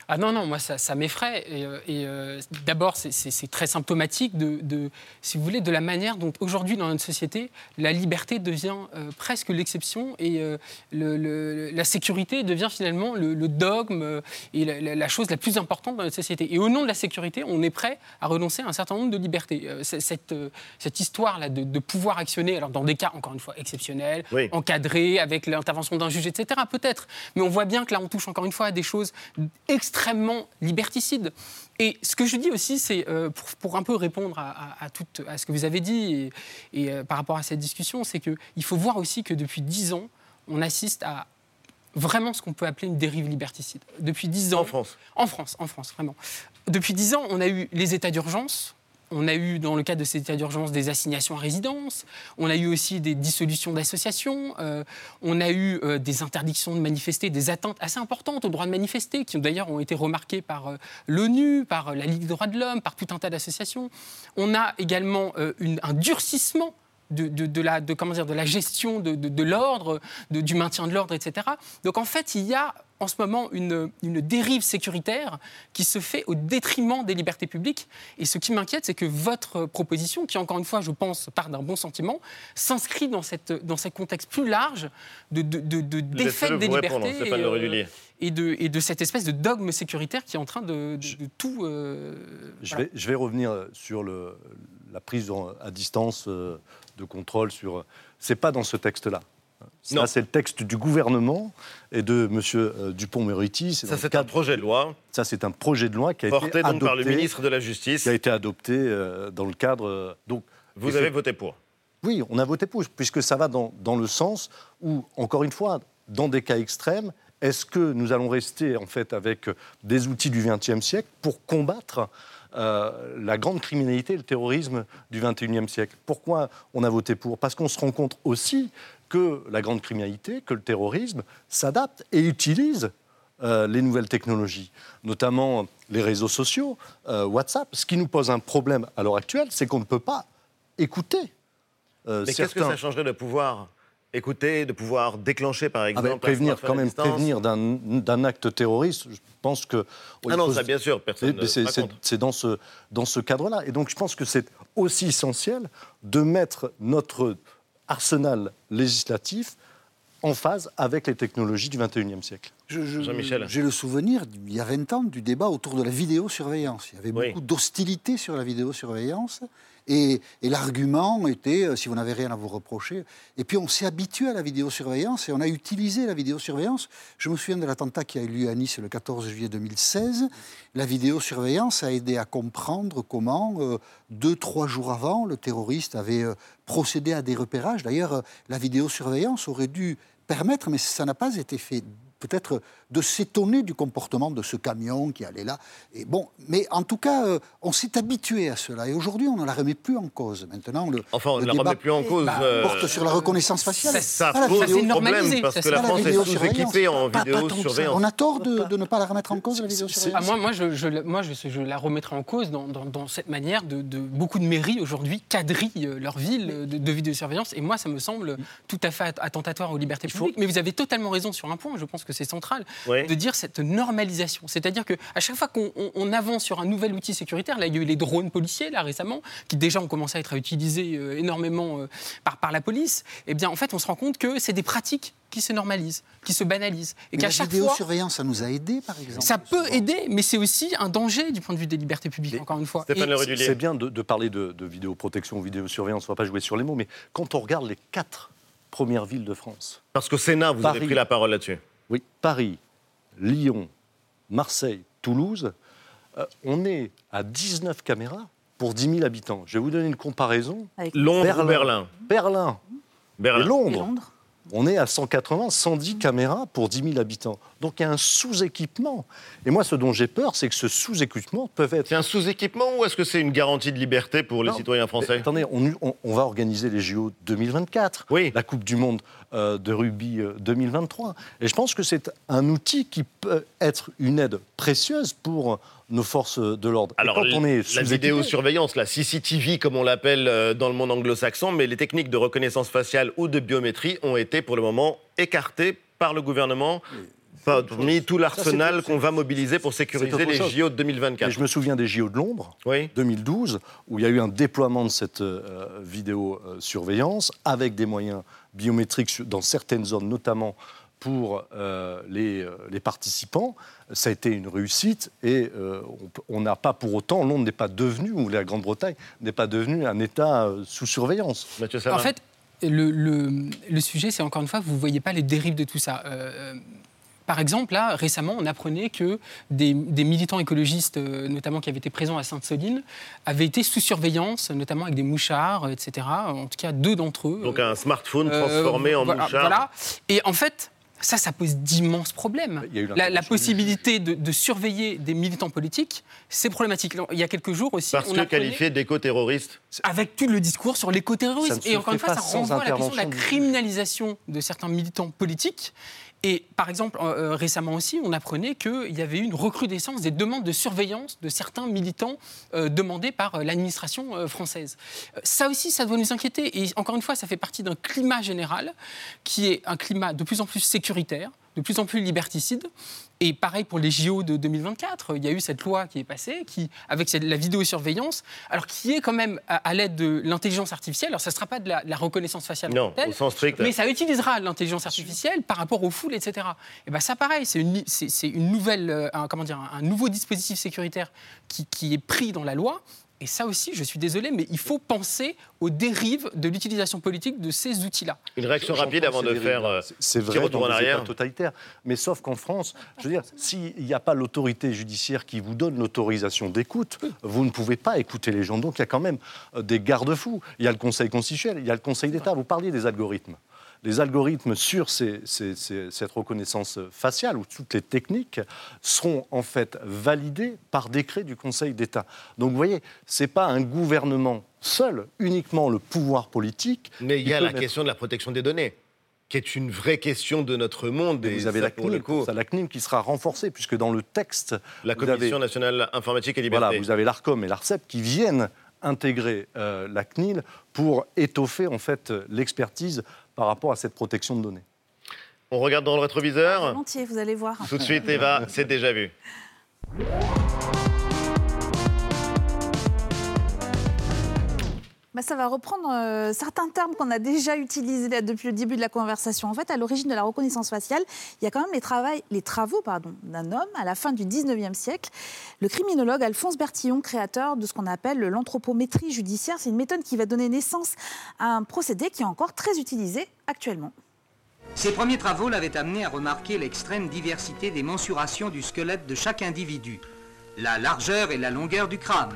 Ah non, non, moi, ça, ça m'effraie. Et, et euh, d'abord, c'est, c'est, c'est très symptomatique de, de, si vous voulez, de la manière dont, aujourd'hui, dans notre société, la liberté devient euh, presque l'exception et euh, le, le, la sécurité devient finalement le, le dogme euh, et la, la chose la plus importante dans notre société. Et au nom de la sécurité, on est prêt à renoncer à un certain nombre de libertés. Euh, cette, euh, cette histoire-là de, de pouvoir actionner, alors dans des cas, encore une fois, exceptionnels, oui. encadrés, avec l'intervention d'un juge, et cetera, peut-être. Mais on voit bien que là, on touche encore une fois à des choses extrêmement liberticides. Et ce que je dis aussi, c'est, euh, pour, pour un peu répondre à, à, à, tout, à ce que vous avez dit et, et euh, par rapport à cette discussion, c'est qu'il faut voir aussi que depuis dix ans, on assiste à vraiment ce qu'on peut appeler une dérive liberticide. Depuis dix ans... En France En France, en France, vraiment. Depuis dix ans, on a eu les états d'urgence. On a eu, dans le cadre de ces états d'urgence, des assignations à résidence. On a eu aussi des dissolutions d'associations. Euh, on a eu euh, des interdictions de manifester, des atteintes assez importantes au droit de manifester, qui d'ailleurs ont été remarquées par euh, l'ONU, par euh, la Ligue des droits de l'homme, par tout un tas d'associations. On a également euh, une, un durcissement de, de, de, la, de, comment dire, de la gestion de, de, de l'ordre, de, du maintien de l'ordre, et cetera. Donc en fait, il y a en ce moment une, une dérive sécuritaire qui se fait au détriment des libertés publiques. Et ce qui m'inquiète, c'est que votre proposition, qui encore une fois, je pense, part d'un bon sentiment, s'inscrit dans, cette, dans ce contexte plus large de, de, de, de défaite des libertés et, euh, et, de, et de cette espèce de dogme sécuritaire qui est en train de, de, de tout... Euh, je, voilà. vais, je vais revenir sur le, la prise en, à distance euh, de contrôle sur... C'est pas dans ce texte-là. Ça, c'est le texte du gouvernement et de M. Euh, Dupond-Moretti. Ça, c'est un projet de loi. Ça, c'est un projet de loi qui a porté été donc adopté, par le ministre de la Justice. Qui a été adopté euh, dans le cadre... Euh, donc, Vous avez voté pour? Oui, on a voté pour, puisque ça va dans, dans le sens où, encore une fois, dans des cas extrêmes, est-ce que nous allons rester, en fait, avec des outils du vingtième siècle pour combattre Euh, la grande criminalité et le terrorisme du vingt et unième siècle. Pourquoi on a voté pour? Parce qu'on se rend compte aussi que la grande criminalité, que le terrorisme s'adapte et utilise euh, les nouvelles technologies, notamment les réseaux sociaux, euh, WhatsApp. Ce qui nous pose un problème à l'heure actuelle, c'est qu'on ne peut pas écouter euh, Mais certains... qu'est-ce que ça changerait de pouvoir écouter, de pouvoir déclencher, par exemple, ah ben, prévenir, quand même prévenir d'un, d'un acte terroriste, je pense que... Ah non, ça, bien sûr, personne ne c'est, c'est, c'est dans ce, dans ce cadre-là. Et donc, je pense que c'est aussi essentiel de mettre notre arsenal législatif en phase avec les technologies du vingt et unième siècle. Je, je, Jean-Michel. J'ai le souvenir, il y a vingt ans, du débat autour de la vidéosurveillance. Il y avait oui. beaucoup d'hostilité sur la vidéosurveillance. Et, et l'argument était, euh, si vous n'avez rien à vous reprocher... Et puis on s'est habitué à la vidéosurveillance et on a utilisé la vidéosurveillance. Je me souviens de l'attentat qui a eu lieu à Nice le quatorze juillet deux mille seize. La vidéosurveillance a aidé à comprendre comment, euh, deux, trois jours avant, le terroriste avait euh, procédé à des repérages. D'ailleurs, euh, la vidéosurveillance aurait dû permettre, mais ça n'a pas été fait, peut-être de s'étonner du comportement de ce camion qui allait là. Et bon, mais en tout cas, euh, on s'est habitué à cela. Et aujourd'hui, on ne la remet plus en cause. Maintenant, le, enfin, on le ne la débat remet plus en cause. bah, euh... porte sur la reconnaissance faciale. Ça, ça pas pose vidéo, problème parce que la France est sous-équipée en vidéosurveillance. On a tort de, de ne pas la remettre en cause, la vidéosurveillance. Ah, moi, moi je, je, moi je, je la remettrai en cause dans, dans, dans cette manière de, de beaucoup de mairies aujourd'hui quadrillent leur ville de, de vidéosurveillance. Et moi, ça me semble tout à fait attentatoire aux libertés publiques. Mais vous avez totalement raison sur un point, je pense que c'est central, oui. de dire cette normalisation. C'est-à-dire qu'à chaque fois qu'on on, on avance sur un nouvel outil sécuritaire, là, il y a eu les drones policiers, là, récemment, qui déjà ont commencé à être utilisés euh, énormément euh, par, par la police, eh bien, en fait, on se rend compte que c'est des pratiques qui se normalisent, qui se banalisent. Et mais qu'à la chaque vidéosurveillance, fois, ça nous a aidés, par exemple. Ça peut souvent. aider, mais c'est aussi un danger du point de vue des libertés publiques, mais encore une fois. Stéphane Et c'est bien de, de parler de, de vidéoprotection, vidéosurveillance, on ne va pas jouer sur les mots, mais quand on regarde les quatre premières villes de France... Parce qu'au Sénat, vous Paris, avez pris la parole là-dessus. Oui, Paris, Lyon, Marseille, Toulouse, euh, on est à dix-neuf caméras pour dix mille habitants. Je vais vous donner une comparaison. Avec Londres Berlin. ou Berlin Berlin. Berlin. Et Londres. Et Londres. On est à cent quatre-vingts, cent dix caméras pour dix mille habitants. Donc il y a un sous-équipement. Et moi, ce dont j'ai peur, c'est que ce sous-équipement peut être... C'est un sous-équipement ou est-ce que c'est une garantie de liberté pour les non, citoyens français? Attendez, on, on, on va organiser les J O deux mille vingt-quatre, oui. la Coupe du Monde euh, de rugby euh, deux mille vingt-trois. Et je pense que c'est un outil qui peut être une aide précieuse pour nos forces de l'ordre. Alors, quand on est la vidéosurveillance, la C C T V, comme on l'appelle dans le monde anglo-saxon, mais les techniques de reconnaissance faciale ou de biométrie ont été, pour le moment, écartées par le gouvernement. Parmi tout l'arsenal qu'on va mobiliser pour sécuriser les J O de deux mille vingt-quatre. Et je me souviens des J O de Londres, oui. deux mille douze, où il y a eu un déploiement de cette euh, vidéosurveillance avec des moyens biométriques dans certaines zones, notamment pour euh, les, euh, les participants. Ça a été une réussite et euh, on n'a pas pour autant, Londres n'est pas devenu, ou la Grande-Bretagne n'est pas devenu un État euh, sous surveillance. Mathieu En fait, le, le, le sujet, c'est encore une fois, vous ne voyez pas les dérives de tout ça. Euh, Par exemple, là, récemment, on apprenait que des, des militants écologistes, euh, notamment qui avaient été présents à Sainte-Soline, avaient été sous surveillance, notamment avec des mouchards, et cetera. En tout cas, deux d'entre eux. Donc un smartphone transformé euh, en voilà, mouchard. Voilà. Et en fait, ça, ça pose d'immenses problèmes. La, la possibilité de, de surveiller des militants politiques, c'est problématique. Il y a quelques jours aussi... Parce on que apprenait, qualifiés d'éco-terroristes. Avec tout le discours sur l'éco-terrorisme. Et encore une fois, ça renvoie à la question de la du... criminalisation de certains militants politiques. Et par exemple, euh, récemment aussi, on apprenait qu'il y avait eu une recrudescence des demandes de surveillance de certains militants euh, demandées par euh, l'administration euh, française. Euh, ça aussi, ça doit nous inquiéter. Et encore une fois, ça fait partie d'un climat général qui est un climat de plus en plus sécuritaire, de plus en plus liberticide. Et pareil pour les J O de deux mille vingt-quatre, il y a eu cette loi qui est passée, qui, avec la vidéosurveillance, alors qui est quand même à, à l'aide de l'intelligence artificielle. Alors ça ne sera pas de la, de la reconnaissance faciale, non, telle, au sens strict. Mais ça utilisera l'intelligence artificielle par rapport aux foules, et cetera. Et ben ça, pareil, c'est une, c'est, c'est une nouvelle, euh, un, comment dire, un, un nouveau dispositif sécuritaire qui, qui est pris dans la loi. Et ça aussi, je suis désolé, mais il faut penser aux dérives de l'utilisation politique de ces outils-là. Une réaction rapide avant de faire euh, c'est vrai, retour en arrière. Totalitaire. Mais sauf qu'en France, je veux dire, s'il n'y a pas l'autorité judiciaire qui vous donne l'autorisation d'écoute, vous ne pouvez pas écouter les gens. Donc il y a quand même des garde-fous. Il y a le Conseil constitutionnel, il y a le Conseil d'État. Vous parliez des algorithmes. Les algorithmes sur ces, ces, ces, cette reconnaissance faciale ou toutes les techniques seront en fait validés par décret du Conseil d'État. Donc vous voyez, ce n'est pas un gouvernement seul, uniquement le pouvoir politique. Mais il y a la mettre... question de la protection des données, qui est une vraie question de notre monde. Et vous avez la C N I L, ça, la C N I L qui sera renforcée, puisque dans le texte... La Commission avez... nationale informatique et liberté. Voilà, vous avez l'ARCOM et l'ARCEP qui viennent intégrer euh, la C N I L pour étoffer en fait l'expertise par rapport à cette protection de données. On regarde dans le rétroviseur. Volontiers, vous allez voir. Tout de suite, Eva, c'est déjà vu. Bah, ça va reprendre euh, certains termes qu'on a déjà utilisés là, depuis le début de la conversation. En fait, à l'origine de la reconnaissance faciale, il y a quand même les, travail, les travaux pardon, d'un homme à la fin du dix-neuvième siècle, le criminologue Alphonse Bertillon, créateur de ce qu'on appelle l'anthropométrie judiciaire. C'est une méthode qui va donner naissance à un procédé qui est encore très utilisé actuellement. Ses premiers travaux l'avaient amené à remarquer l'extrême diversité des mensurations du squelette de chaque individu, la largeur et la longueur du crâne,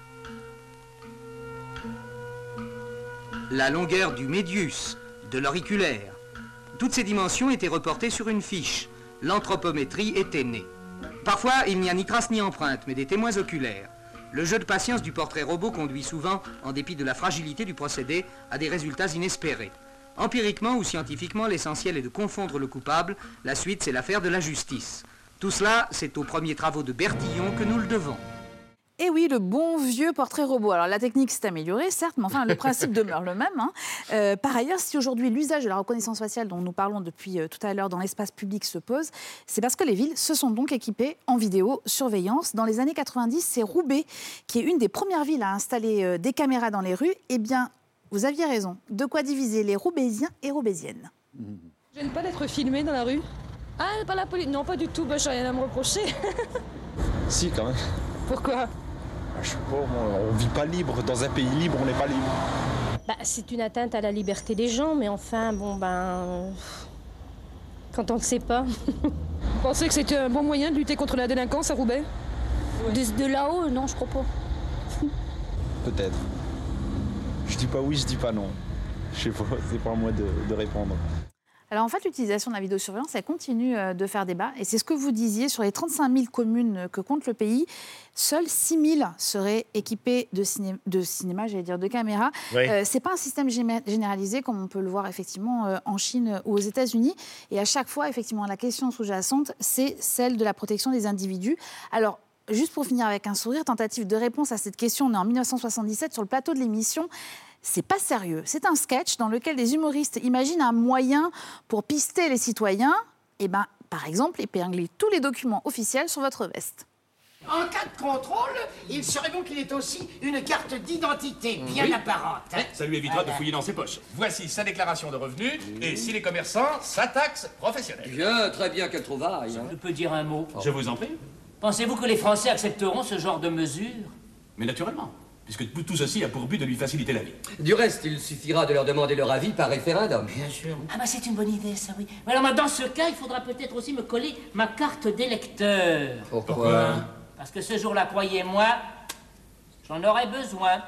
la longueur du médius, de l'auriculaire. Toutes ces dimensions étaient reportées sur une fiche. L'anthropométrie était née. Parfois, il n'y a ni trace ni empreinte, mais des témoins oculaires. Le jeu de patience du portrait robot conduit souvent, en dépit de la fragilité du procédé, à des résultats inespérés. Empiriquement ou scientifiquement, l'essentiel est de confondre le coupable. La suite, c'est l'affaire de la justice. Tout cela, c'est aux premiers travaux de Bertillon que nous le devons. Et oui, le bon vieux portrait robot. Alors la technique s'est améliorée, certes, mais enfin le principe demeure le même. Hein. Euh, par ailleurs, si aujourd'hui l'usage de la reconnaissance faciale dont nous parlons depuis euh, tout à l'heure dans l'espace public se pose, c'est parce que les villes se sont donc équipées en vidéosurveillance. Dans les années quatre-vingt-dix, c'est Roubaix qui est une des premières villes à installer euh, des caméras dans les rues. Eh bien, vous aviez raison. De quoi diviser les Roubaisiens et Roubaisiennes. Je n'aime pas d'être filmée dans la rue. Ah, pas la police. Non, pas du tout. Bah, j'ai rien à me reprocher. Si, quand même. Pourquoi ? Je sais pas, on vit pas libre. Dans un pays libre, on n'est pas libre. Bah, c'est une atteinte à la liberté des gens, mais enfin, bon, ben... Quand on ne sait pas. Vous pensez que c'était un bon moyen de lutter contre la délinquance à Roubaix ? de, de là-haut, non, je crois pas. Peut-être. Je dis pas oui, je dis pas non. Je sais pas, c'est pas à moi de, de répondre. Alors en fait, l'utilisation de la vidéosurveillance, elle continue de faire débat. Et c'est ce que vous disiez, sur les trente-cinq mille communes que compte le pays, seules six mille seraient équipées de, ciné- de cinéma, j'allais dire, de caméras. Oui. Euh, ce n'est pas un système généralisé, comme on peut le voir effectivement euh, en Chine ou aux États-Unis. Et à chaque fois, effectivement, la question sous-jacente, c'est celle de la protection des individus. Alors, juste pour finir avec un sourire, tentative de réponse à cette question, on est en dix-neuf cent soixante-dix-sept sur le plateau de l'émission. C'est pas sérieux. C'est un sketch dans lequel les humoristes imaginent un moyen pour pister les citoyens. Eh ben, Par exemple, épingler tous les documents officiels sur votre veste. En cas de contrôle, il serait bon qu'il ait aussi une carte d'identité bien Oui. apparente. Ça lui évitera Voilà. de fouiller dans ses poches. Voici sa déclaration de revenus et si les commerçants, sa taxe professionnelle. Bien, très bien, quelle trouvaille. Je peux dire un mot. Je vous en prie. Pensez-vous que les Français accepteront ce genre de mesures? Mais naturellement, puisque tout ceci a pour but de lui faciliter la vie. Du reste, il suffira de leur demander leur avis par référendum. Bien sûr. Ah bah c'est une bonne idée ça, oui. Mais alors dans ce cas, il faudra peut-être aussi me coller ma carte d'électeur. Pourquoi? Parce que ce jour-là, croyez-moi, j'en aurais besoin.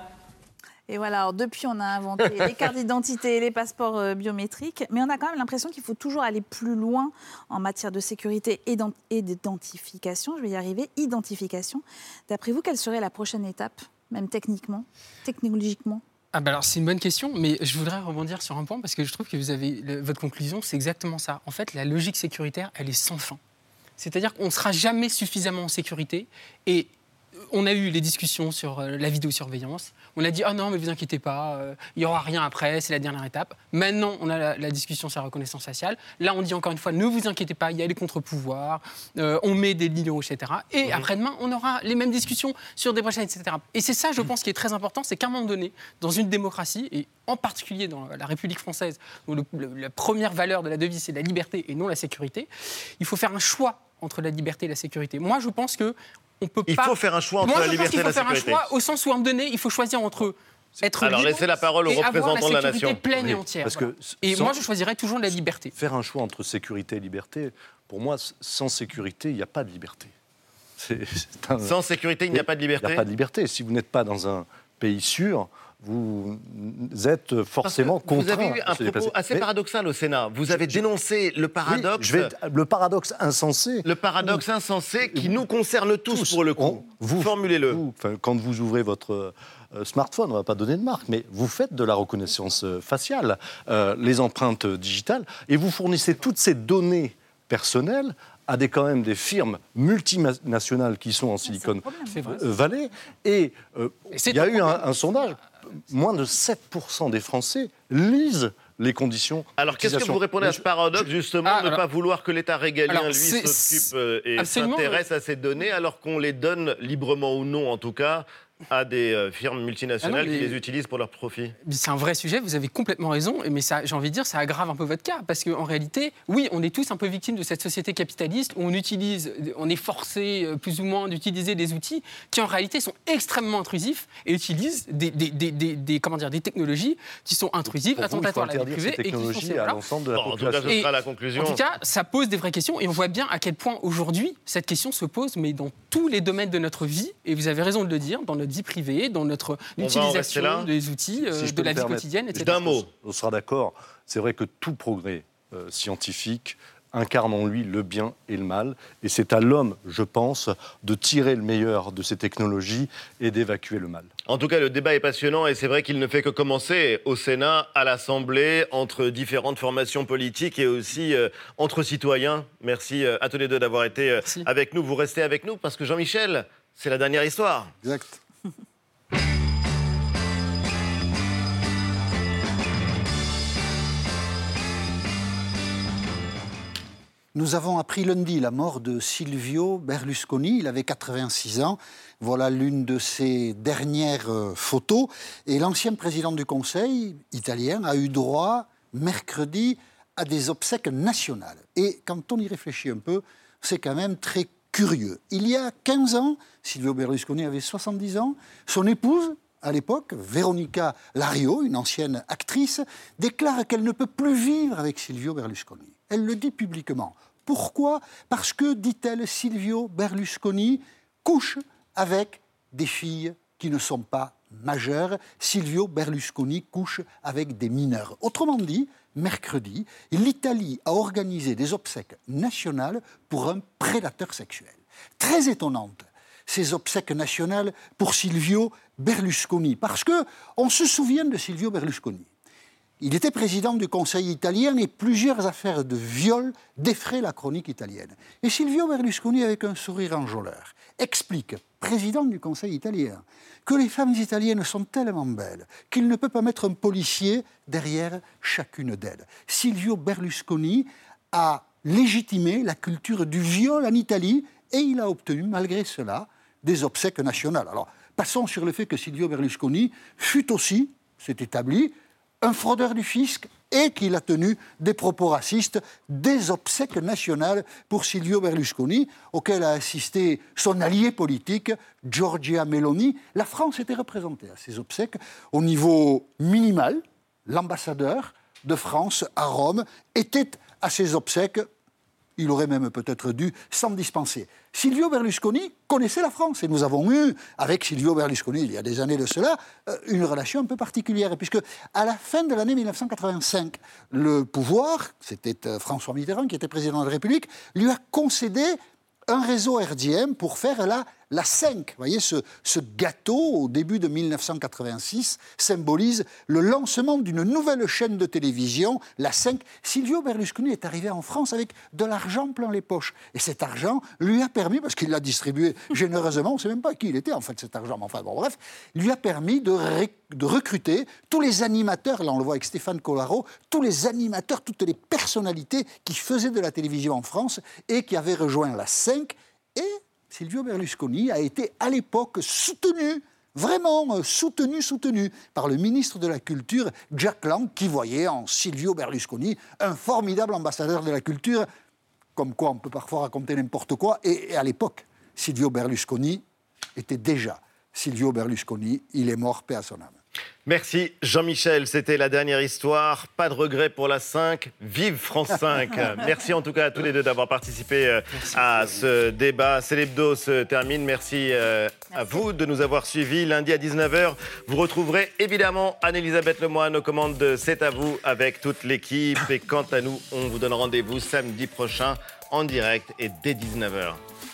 Et voilà, alors depuis, on a inventé les cartes d'identité et les passeports euh, biométriques, mais on a quand même l'impression qu'il faut toujours aller plus loin en matière de sécurité et d'en- et d'identification. Je vais y arriver, identification. D'après vous, quelle serait la prochaine étape, même techniquement, technologiquement? Ah bah alors c'est une bonne question, mais je voudrais rebondir sur un point parce que je trouve que vous avez le- votre conclusion, c'est exactement ça. En fait, la logique sécuritaire, elle est sans fin. C'est-à-dire qu'on ne sera jamais suffisamment en sécurité. Et on a eu les discussions sur euh, la vidéosurveillance. On a dit « Ah non, mais vous inquiétez pas, euh, il n'y aura rien après, c'est la dernière étape ». Maintenant, on a la, la discussion sur la reconnaissance faciale. Là, on dit encore une fois « Ne vous inquiétez pas, il y a les contre-pouvoirs, euh, on met des lignes rouges, et cetera » Et Oui. après-demain, on aura les mêmes discussions sur des prochaines, et cetera. Et c'est ça, je pense, qui est très important, c'est qu'à un moment donné, dans une démocratie, et en particulier dans la République française, où le- le- la première valeur de la devise, c'est la liberté et non la sécurité, il faut faire un choix entre la liberté et la sécurité. Moi, je pense que on peut Il pas... faut faire un choix entre Moi, la je pense liberté qu'il et faut la faire un sécurité. choix au sens où, à un moment donné, il faut choisir entre être Alors, libre laissez la parole aux et avoir représentants de la sécurité nation. pleine et Oui, entière. parce voilà. que Et sans- moi, je choisirais toujours la liberté. Faire un choix entre sécurité et liberté, pour moi, sans sécurité, il n'y a pas de liberté. C'est- c'est un- Sans sécurité, il n'y a pas de liberté. Il n'y a pas de liberté. Si vous n'êtes pas dans un pays sûr, vous êtes forcément Parce que contraint. Vous avez eu un à se déplacer. propos assez Mais- paradoxal au Sénat. Vous avez dénoncé le paradoxe. Oui, je vais- le paradoxe insensé. Le paradoxe insensé qui nous concerne tous, pour le coup. Vous, Formulez-le. vous, enfin, quand vous ouvrez votre euh, smartphone, on ne va pas donner de marque, mais vous faites de la reconnaissance euh, faciale, euh, les empreintes digitales, et vous fournissez toutes ces données personnelles à des, quand même des firmes multinationales qui sont en Silicon vrai. Valley. Et euh, Et c'est il y a un eu un, problème. un sondage, moins de sept pour cent des Français lisent les conditions. Alors, qu'est-ce que d'utilisation. vous répondez à Mais ce je- paradoxe, justement, Ah, de ne alors- pas vouloir que l'État régalien, Alors, lui, c'est- s'occupe euh, et absolument, s'intéresse à ces données, alors qu'on les donne librement ou non, en tout cas, à des euh, firmes multinationales Ah non, mais- qui les utilisent pour leur profit? C'est un vrai sujet, vous avez complètement raison, mais ça, j'ai envie de dire, ça aggrave un peu votre cas, parce qu'en réalité, oui, on est tous un peu victimes de cette société capitaliste où on utilise, on est forcé euh, plus ou moins d'utiliser des outils qui en réalité sont extrêmement intrusifs et utilisent des, des, des, des- des- comment dire, des technologies qui sont intrusives, Pour vous, il faut attentatoires à la vie interdire privée ces et qui sont technologies censées- à voilà. l'ensemble de la Bon, en tout population. cas, ce Et- sera la conclusion. En tout cas, ça pose des vraies questions et on voit bien à quel point aujourd'hui cette question se pose, mais dans tous les domaines de notre vie. Et vous avez raison de le dire, dans notre vie privée, dans notre On va en rester utilisation là des outils, euh, Si je de peux la me vie permettre, quotidienne, et cetera. D'un mot. On sera d'accord. C'est vrai que tout progrès euh, scientifique incarne en lui le bien et le mal. Et c'est à l'homme, je pense, de tirer le meilleur de ces technologies et d'évacuer le mal. En tout cas, le débat est passionnant et c'est vrai qu'il ne fait que commencer au Sénat, à l'Assemblée, entre différentes formations politiques et aussi euh, entre citoyens. Merci euh, à tous les deux d'avoir été euh, avec nous. Vous restez avec nous parce que Jean-Michel, c'est la dernière histoire. Exact. Nous avons appris lundi la mort de Silvio Berlusconi. Il avait quatre-vingt-six ans. Voilà l'une de ses dernières euh, photos. Et l'ancien président du Conseil italien a eu droit, mercredi, à des obsèques nationales. Et quand on y réfléchit un peu, c'est quand même très curieux. Il y a quinze ans, Silvio Berlusconi avait soixante-dix ans. Son épouse, à l'époque, Veronica Lario, une ancienne actrice, déclare qu'elle ne peut plus vivre avec Silvio Berlusconi. Elle le dit publiquement. Pourquoi ? Parce que, dit-elle, Silvio Berlusconi couche avec des filles qui ne sont pas majeures. Silvio Berlusconi couche avec des mineurs. Autrement dit, mercredi, l'Italie a organisé des obsèques nationales pour un prédateur sexuel. Très étonnante, ces obsèques nationales pour Silvio Berlusconi, parce que on se souvient de Silvio Berlusconi. Il était président du Conseil italien et plusieurs affaires de viol défraient la chronique italienne. Et Silvio Berlusconi, avec un sourire enjôleur, explique, président du Conseil italien, que les femmes italiennes sont tellement belles qu'il ne peut pas mettre un policier derrière chacune d'elles. Silvio Berlusconi a légitimer la culture du viol en Italie, et il a obtenu, malgré cela, des obsèques nationales. Alors, passons sur le fait que Silvio Berlusconi fut aussi, c'est établi, un fraudeur du fisc et qu'il a tenu des propos racistes, des obsèques nationales pour Silvio Berlusconi, auquel a assisté son allié politique, Giorgia Meloni. La France était représentée à ces obsèques au niveau minimal. L'ambassadeur de France à Rome était à ces obsèques. Il aurait même peut-être dû s'en dispenser. Silvio Berlusconi connaissait la France et nous avons eu, avec Silvio Berlusconi, il y a des années de cela, une relation un peu particulière, puisque à la fin de l'année mille neuf cent quatre-vingt-cinq, le pouvoir, c'était François Mitterrand qui était président de la République, lui a concédé un réseau R D M pour faire la, la cinq. Vous voyez, ce, ce gâteau, au début de mille neuf cent quatre-vingt-six, symbolise le lancement d'une nouvelle chaîne de télévision, la cinq. Silvio Berlusconi est arrivé en France avec de l'argent plein les poches. Et cet argent lui a permis, parce qu'il l'a distribué généreusement, on ne sait même pas qui il était en fait cet argent, mais enfin bon bref, lui a permis de, ré, de recruter tous les animateurs, là on le voit avec Stéphane Collaro, tous les animateurs, toutes les personnalités qui faisaient de la télévision en France et qui avaient rejoint la cinq. Et Silvio Berlusconi a été à l'époque soutenu, vraiment soutenu, soutenu par le ministre de la Culture, Jack Lang, qui voyait en Silvio Berlusconi un formidable ambassadeur de la culture, comme quoi on peut parfois raconter n'importe quoi. Et, et à l'époque, Silvio Berlusconi était déjà Silvio Berlusconi. Il est mort, paix à son âme. Merci Jean-Michel, c'était la dernière histoire. Pas de regret pour la cinq. Vive France cinq. Merci en tout cas à tous les deux d'avoir participé Merci. à ce débat. C'est l'hebdo se termine. Merci, euh, Merci à vous de nous avoir suivis. Lundi à dix-neuf heures, vous retrouverez évidemment Anne-Elisabeth Lemoine aux commandes de C'est à vous avec toute l'équipe. Et quant à nous, on vous donne rendez-vous samedi prochain en direct et dès dix-neuf heures.